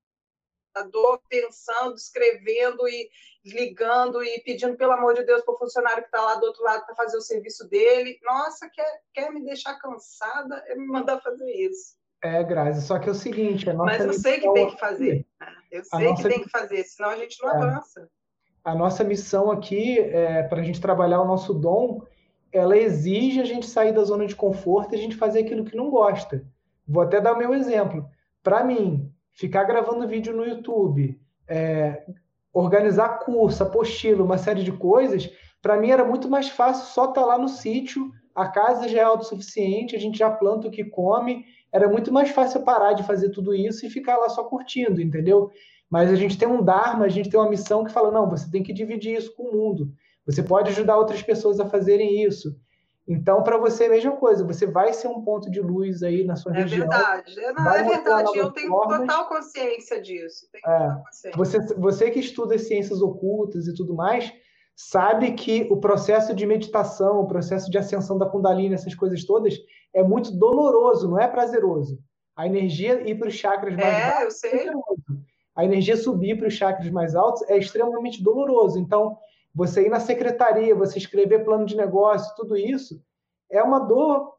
pensando, escrevendo e ligando e pedindo pelo amor de Deus para o funcionário que está lá do outro lado para fazer o serviço dele. Nossa, quer, quer me deixar cansada? É me mandar fazer isso. É, Grazi, só que é o seguinte, a nossa Mas eu sei que missão tem que aqui, fazer. Eu a sei que nossa, tem que fazer, senão a gente não é, avança. a nossa missão aqui, é, para a gente trabalhar o nosso dom, ela exige a gente sair da zona de conforto e a gente fazer aquilo que não gosta. Vou até dar o meu exemplo. Para mim, ficar gravando vídeo no YouTube, é, organizar curso, apostila, uma série de coisas, para mim era muito mais fácil só estar lá no sítio, a casa já é autossuficiente, a gente já planta o que come, era muito mais fácil parar de fazer tudo isso e ficar lá só curtindo, entendeu? Mas a gente tem um Dharma, a gente tem uma missão que fala, não, você tem que dividir isso com o mundo. Você pode ajudar outras pessoas a fazerem isso. Então, para você é a mesma coisa, você vai ser um ponto de luz aí na sua É região, verdade. É, não, vai é mostrar verdade. novas Eu tenho formas. total consciência disso. Tenho É, total consciência. você, você que estuda ciências ocultas e tudo mais, sabe que o processo de meditação, o processo de ascensão da Kundalini, essas coisas todas, é muito doloroso, não é prazeroso. A energia ir para os chakras mais É, eu baixos é sei. prazeroso. A energia subir para os chakras mais altos é extremamente doloroso. Então, você ir na secretaria, você escrever plano de negócio, tudo isso, é uma dor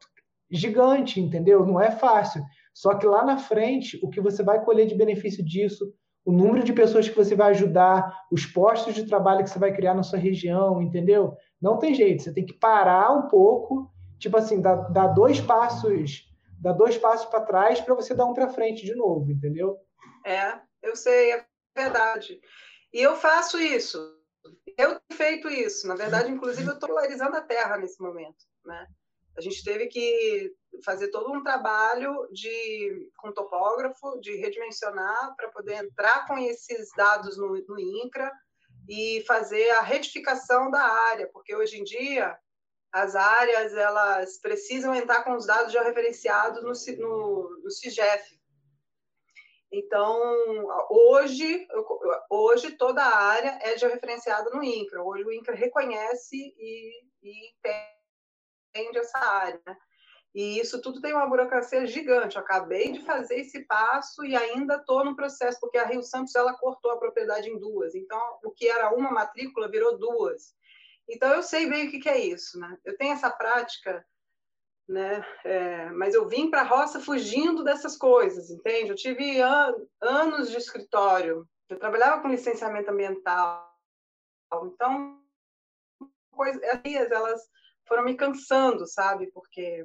gigante, entendeu? Não é fácil. Só que lá na frente, o que você vai colher de benefício disso, o número de pessoas que você vai ajudar, os postos de trabalho que você vai criar na sua região, entendeu? Não tem jeito, você tem que parar um pouco, tipo assim, dar, dar dois passos, dar dois passos para trás para você dar um para frente de novo, entendeu? É, eu sei, é verdade. E eu faço isso. Eu tenho feito isso. Na verdade, inclusive, eu estou polarizando a Terra nesse momento, né? A gente teve que fazer todo um trabalho de, com topógrafo, de redimensionar para poder entrar com esses dados no, no INCRA e fazer a retificação da área, porque hoje em dia as áreas elas precisam entrar com os dados já referenciados no, no, no CIGEF. Então, hoje, hoje toda a área é georreferenciada no INCRA. Hoje o INCRA reconhece e, e entende essa área. Né? E isso tudo tem uma burocracia gigante. Eu acabei de fazer esse passo e ainda estou no processo, porque a Rio Santos ela cortou a propriedade em duas. Então, o que era uma matrícula virou duas. Então, eu sei bem o que é isso. Né? Eu tenho essa prática, né? É, mas eu vim para a roça fugindo dessas coisas, entende? Eu tive an anos de escritório, eu trabalhava com licenciamento ambiental, então coisas, elas foram me cansando, sabe? Porque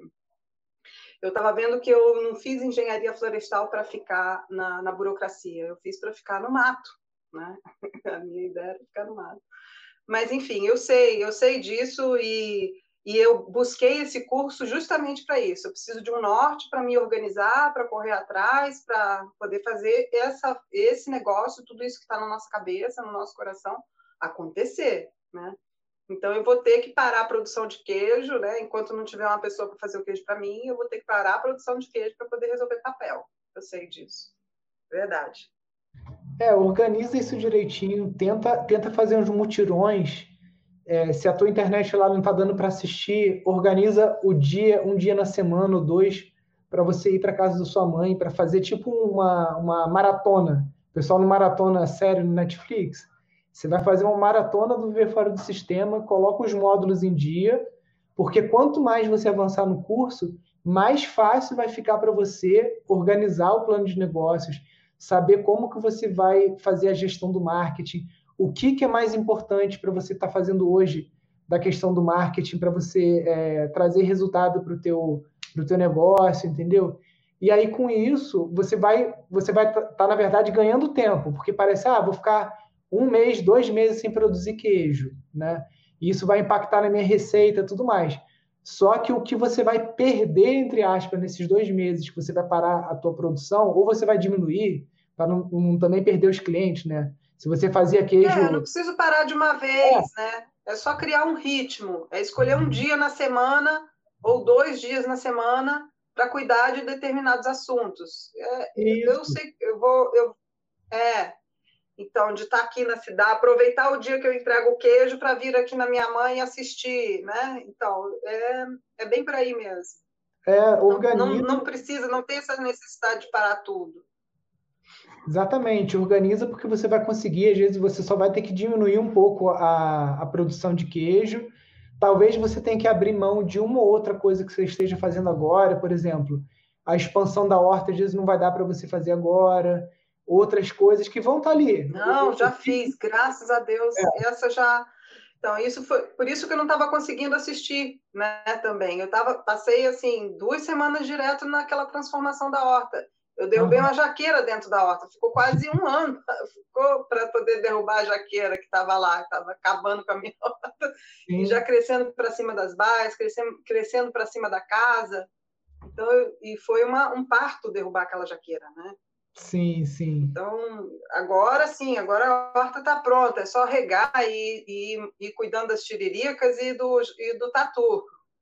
eu estava vendo que eu não fiz engenharia florestal para ficar na, na burocracia, eu fiz para ficar no mato, né? A minha ideia era ficar no mato. Mas, enfim, eu sei, eu sei disso e, e eu busquei esse curso justamente para isso. Eu preciso de um norte para me organizar, para correr atrás, para poder fazer essa, esse negócio, tudo isso que está na nossa cabeça, no nosso coração, acontecer, né? Então, eu vou ter que parar a produção de queijo, né? Enquanto não tiver uma pessoa para fazer o queijo para mim, eu vou ter que parar a produção de queijo para poder resolver papel. Eu sei disso. Verdade. É, organiza isso direitinho, tenta, tenta fazer uns mutirões. É, se a tua internet lá não está dando para assistir, organiza o dia, um dia na semana ou dois, para você ir para casa da sua mãe, para fazer tipo uma, uma maratona. O pessoal não maratona série no Netflix. Você vai fazer uma maratona do Viver Fora do Sistema, coloca os módulos em dia, porque quanto mais você avançar no curso, mais fácil vai ficar para você organizar o plano de negócios, saber como que você vai fazer a gestão do marketing, o que, que é mais importante para você estar tá fazendo hoje da questão do marketing, para você é, trazer resultado para o teu, pro teu negócio, entendeu? E aí, com isso, você vai você vai estar, tá, na verdade, ganhando tempo, porque parece, ah, vou ficar um mês, dois meses sem produzir queijo, né? E isso vai impactar na minha receita e tudo mais. Só que o que você vai perder, entre aspas, nesses dois meses que você vai parar a tua produção, ou você vai diminuir, para não, não também perder os clientes, né? Se você fazia queijo. É, não preciso parar de uma vez, é. né? É só criar um ritmo. É escolher um dia na semana ou dois dias na semana para cuidar de determinados assuntos. É, eu sei, eu vou. Eu, é, então, de estar aqui na cidade, aproveitar o dia que eu entrego o queijo para vir aqui na minha mãe assistir, né? Então, é, é bem por aí mesmo. É, organiza... não, não, não precisa, não tem essa necessidade de parar tudo. Exatamente, organiza porque você vai conseguir, às vezes você só vai ter que diminuir um pouco a, a produção de queijo. Talvez você tenha que abrir mão de uma ou outra coisa que você esteja fazendo agora, por exemplo, a expansão da horta, às vezes não vai dar para você fazer agora, outras coisas que vão estar ali. Não, já fiz, graças a Deus. É. Essa já. Então, isso foi por isso que eu não estava conseguindo assistir, né? Também. Eu tava, passei assim duas semanas direto naquela transformação da horta. Eu derrubei uhum. uma jaqueira dentro da horta. Ficou quase um ano ficou para poder derrubar a jaqueira que estava lá, que estava acabando com a minha horta. Sim. E já crescendo para cima das baias, crescendo, crescendo para cima da casa. Então, eu, e foi uma, um parto derrubar aquela jaqueira, né? Sim, sim. Então, agora sim, agora a horta está pronta. É só regar e, e, e cuidando das tiriricas e do, e do tatu.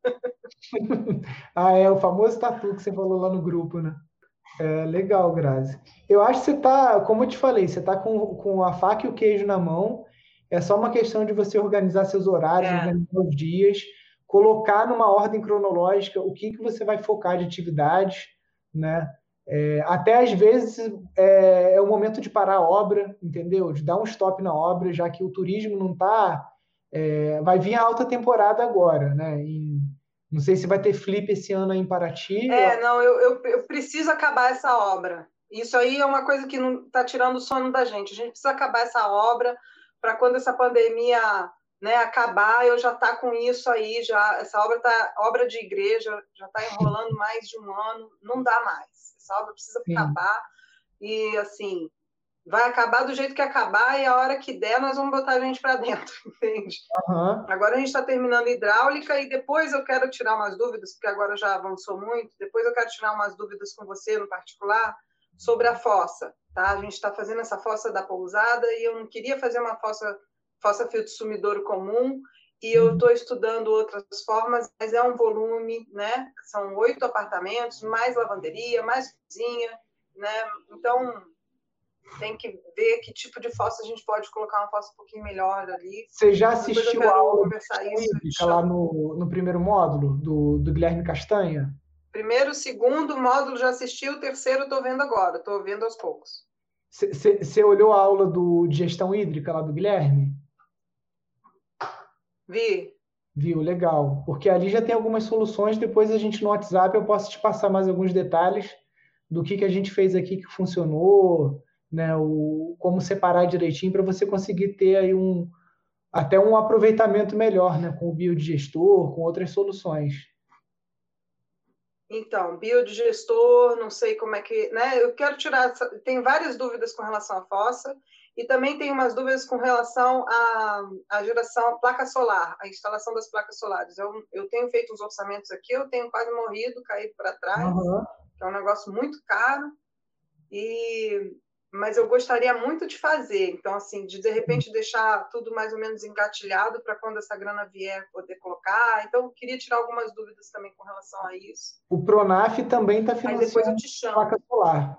Ah, é o famoso tatu que você falou lá no grupo, né? É, legal, Grazi. Eu acho que você está, como eu te falei, você está com, com a faca e o queijo na mão. É só uma questão de você organizar seus horários, é. organizar os dias, colocar numa ordem cronológica o que, que você vai focar de atividades, né? É, até às vezes é, é o momento de parar a obra, entendeu? De dar um stop na obra, já que o turismo não está. É, vai vir a alta temporada agora, né? Em Não sei se vai ter flip esse ano aí em Paraty. É, não, eu, eu, eu preciso acabar essa obra. Isso aí é uma coisa que não está tirando o sono da gente. A gente precisa acabar essa obra para quando essa pandemia, né, acabar, eu já estar tá com isso aí, já essa obra tá obra de igreja, já está enrolando mais de um ano, não dá mais. Essa obra precisa Sim. acabar e assim vai acabar do jeito que acabar e a hora que der nós vamos botar a gente para dentro, entende? Uhum. Agora a gente está terminando hidráulica e depois eu quero tirar umas dúvidas, porque agora já avançou muito, depois eu quero tirar umas dúvidas com você no particular sobre a fossa, tá? A gente está fazendo essa fossa da pousada e eu não queria fazer uma fossa, fossa filtro sumidouro comum e eu estou estudando outras formas, mas é um volume, né? São oito apartamentos, mais lavanderia, mais cozinha, né? Então tem que ver que tipo de fossa a gente pode colocar uma fossa um pouquinho melhor ali. Você já Depois eu assistiu quero a aula conversar de isso. hídrica lá no, no primeiro módulo do, do Guilherme Castanha? Primeiro, segundo módulo já assisti, o terceiro estou vendo agora, estou vendo aos poucos. Você olhou a aula do, de gestão hídrica lá do Guilherme? Vi. Viu, legal. Porque ali já tem algumas soluções, depois a gente no WhatsApp eu posso te passar mais alguns detalhes do que, que a gente fez aqui que funcionou, né? O, como separar direitinho para você conseguir ter aí um até um aproveitamento melhor, né? Com o biodigestor, com outras soluções. Então, biodigestor, não sei como é que, né? Eu quero tirar, tem várias dúvidas com relação à fossa e também tem umas dúvidas com relação à, à geração à placa solar, a instalação das placas solares. Eu, eu tenho feito uns orçamentos aqui, eu tenho quase morrido, caído para trás, Uhum. que é um negócio muito caro. E mas eu gostaria muito de fazer, então assim, de de repente deixar tudo mais ou menos engatilhado para quando essa grana vier poder colocar. Então eu queria tirar algumas dúvidas também com relação a isso. O Pronaf também está Aí depois eu financiando te chamo. placa solar.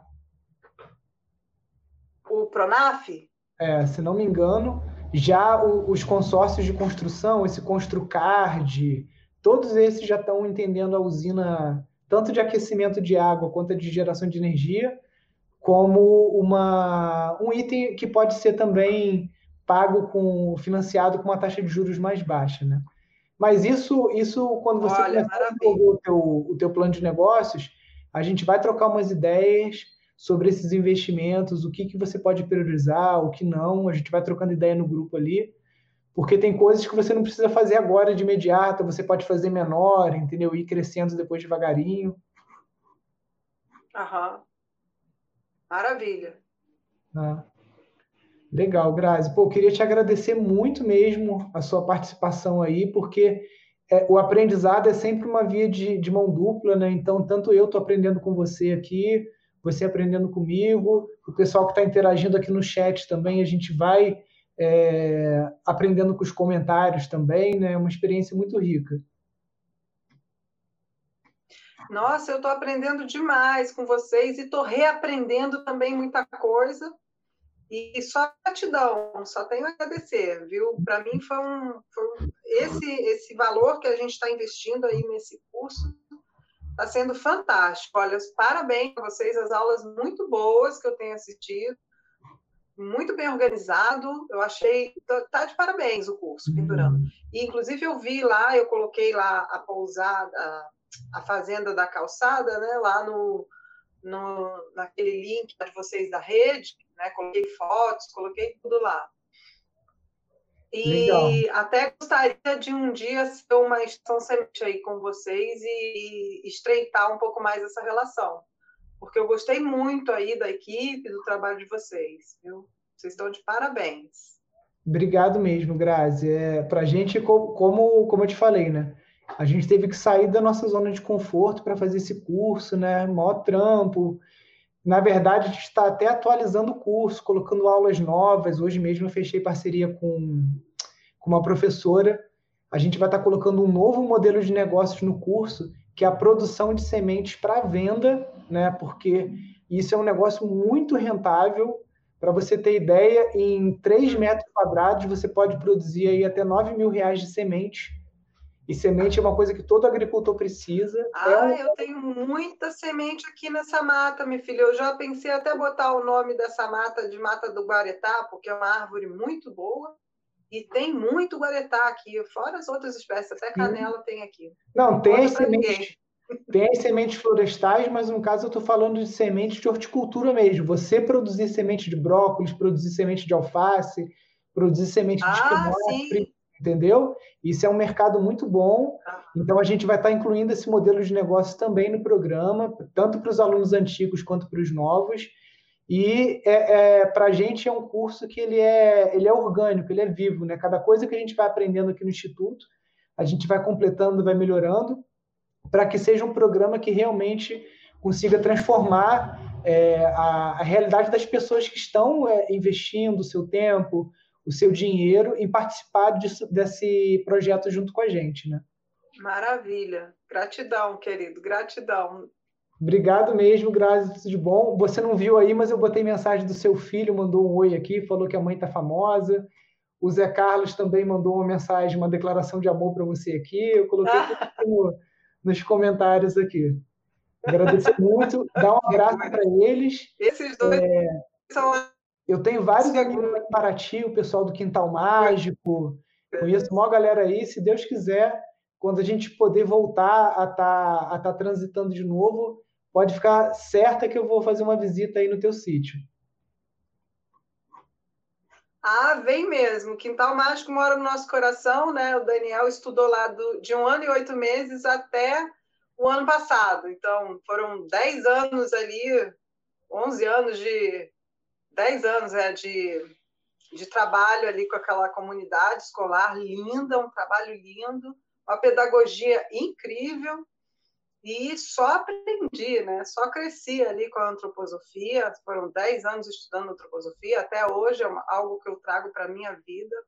O Pronaf? É, se não me engano, já o, os consórcios de construção, esse Construcard, todos esses já estão entendendo a usina tanto de aquecimento de água quanto de geração de energia como uma, um item que pode ser também pago com financiado com uma taxa de juros mais baixa, né? Mas isso, isso quando você Olha, começar a maravilha. desenvolver o teu, o teu plano de negócios, a gente vai trocar umas ideias sobre esses investimentos, o que, que você pode priorizar, o que não, a gente vai trocando ideia no grupo ali, porque tem coisas que você não precisa fazer agora de imediato, você pode fazer menor, entendeu? Ir crescendo depois devagarinho. Aham. Maravilha. Né? Legal, Grazi. Pô, eu queria te agradecer muito mesmo a sua participação aí, porque é, o aprendizado é sempre uma via de, de mão dupla, né? Então, tanto eu estou aprendendo com você aqui, você aprendendo comigo, o pessoal que está interagindo aqui no chat também, a gente vai é, aprendendo com os comentários também, né? É uma experiência muito rica. Nossa, eu estou aprendendo demais com vocês e estou reaprendendo também muita coisa. E só gratidão, só tenho a agradecer, viu? Para mim foi um, foi um esse esse valor que a gente está investindo aí nesse curso está sendo fantástico. Olha, parabéns a vocês, as aulas muito boas que eu tenho assistido, muito bem organizado. Eu achei tá de parabéns o curso, pendurando. E inclusive eu vi lá, eu coloquei lá a pousada, a fazenda da calçada, né? Lá no no, naquele link de vocês da rede, né? Coloquei fotos, coloquei tudo lá. E Legal. até gostaria de um dia ser uma estação semente aí com vocês e, e estreitar um pouco mais essa relação. Porque eu gostei muito aí da equipe, do trabalho de vocês, viu? Vocês estão de parabéns. Obrigado mesmo, Grazi. É, para a gente, co- como, como eu te falei, né? A gente teve que sair da nossa zona de conforto para fazer esse curso, né? Maior trampo. Na verdade, a gente está até atualizando o curso, colocando aulas novas. Hoje mesmo eu fechei parceria com, com uma professora. A gente vai estar colocando um novo modelo de negócios no curso, que é a produção de sementes para venda, né? Porque isso é um negócio muito rentável. Para você ter ideia, em três metros quadrados você pode produzir aí até nove mil reais de semente. E semente é uma coisa que todo agricultor precisa. É Ah, um... eu tenho muita semente aqui nessa mata, minha filha. Eu já pensei até botar o nome dessa mata de Mata do Guaretá, porque é uma árvore muito boa. E tem muito guaretá aqui, fora as outras espécies, até canela tem aqui. Não, tem as sementes, tem as sementes florestais, mas no caso eu estou falando de sementes de horticultura mesmo. Você produzir semente de brócolis, produzir semente de alface, produzir semente de Ah, espinafre, sim. entendeu? Isso é um mercado muito bom. Então a gente vai estar incluindo esse modelo de negócio também no programa, tanto para os alunos antigos quanto para os novos. E é, é, para a gente é um curso que ele é, ele é orgânico, ele é vivo, né? Cada coisa que a gente vai aprendendo aqui no Instituto, a gente vai completando, vai melhorando, para que seja um programa que realmente consiga transformar é, a, a realidade das pessoas que estão é, investindo o seu tempo, o seu dinheiro em participar disso, desse projeto junto com a gente, né? Maravilha. Gratidão, querido, gratidão. Obrigado mesmo, Grazi, tudo de bom. Você não viu aí, mas eu botei mensagem do seu filho, mandou um oi aqui, falou que a mãe tá famosa. O Zé Carlos também mandou uma mensagem, uma declaração de amor para você aqui. Eu coloquei tudo no, nos comentários aqui. Agradecer muito, dar um abraço para eles. Esses dois é, são. Eu tenho vários amigos em Paraty, o pessoal do Quintal Mágico. Conheço uma galera aí. Se Deus quiser, quando a gente poder voltar a estar a tá transitando de novo, pode ficar certa que eu vou fazer uma visita aí no teu sítio. Ah, vem mesmo. Quintal Mágico mora no nosso coração, né? O Daniel estudou lá do, de um ano e oito meses até o ano passado. Então, foram dez anos ali, onze anos de... dez anos é, de, de trabalho ali com aquela comunidade escolar linda, um trabalho lindo, uma pedagogia incrível. E só aprendi, né? Só cresci ali com a antroposofia. Foram dez anos estudando antroposofia. Até hoje é algo que eu trago para a minha vida.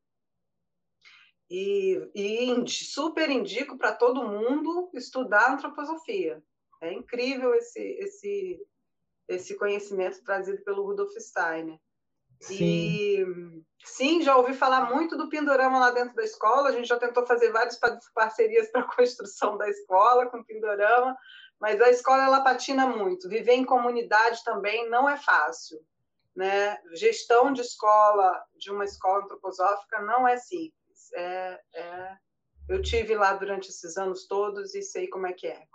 E, e super indico para todo mundo estudar antroposofia. É incrível esse, esse, esse conhecimento trazido pelo Rudolf Steiner. Sim. E sim, já ouvi falar muito do Pindorama lá dentro da escola. A gente já tentou fazer várias parcerias para a construção da escola com o Pindorama, mas a escola ela patina muito. Viver em comunidade também não é fácil, né? Gestão de escola, de uma escola antroposófica, não é simples. É, é... Eu tive lá durante esses anos todos e sei como é que é.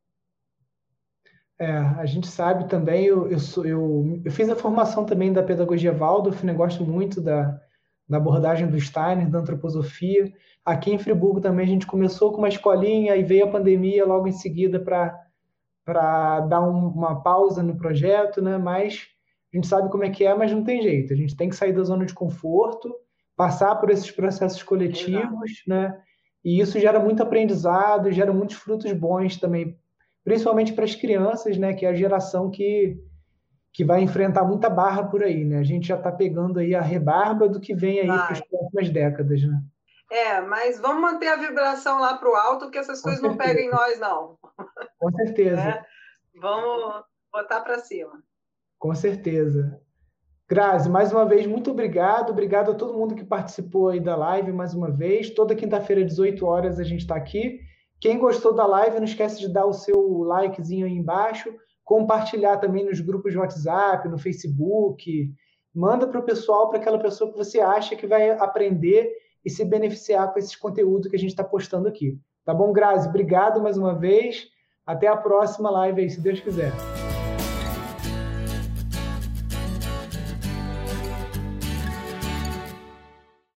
É, a gente sabe também, eu, eu, sou, eu, eu fiz a formação também da pedagogia Waldorf, né, gosto muito da, da abordagem do Steiner, da antroposofia. Aqui em Friburgo também a gente começou com uma escolinha e veio a pandemia logo em seguida para para dar um, uma pausa no projeto, né? Mas a gente sabe como é que é, mas não tem jeito. A gente tem que sair da zona de conforto, passar por esses processos coletivos, né? E isso gera muito aprendizado, gera muitos frutos bons também, principalmente para as crianças, né? Que é a geração que, que vai enfrentar muita barra por aí, né? A gente já está pegando aí a rebarba do que vem aí para as próximas décadas, né? É, mas vamos manter a vibração lá para o alto, que essas coisas não pegam em nós, não. Com certeza. É? Vamos botar para cima. Com certeza. Grazi, mais uma vez, muito obrigado. Obrigado a todo mundo que participou aí da live mais uma vez. Toda quinta-feira, dezoito horas, a gente está aqui. Quem gostou da live, não esquece de dar o seu likezinho aí embaixo, compartilhar também nos grupos de WhatsApp, no Facebook. Manda para o pessoal, para aquela pessoa que você acha que vai aprender e se beneficiar com esse conteúdo que a gente está postando aqui. Tá bom, Grazi? Obrigado mais uma vez. Até a próxima live aí, se Deus quiser.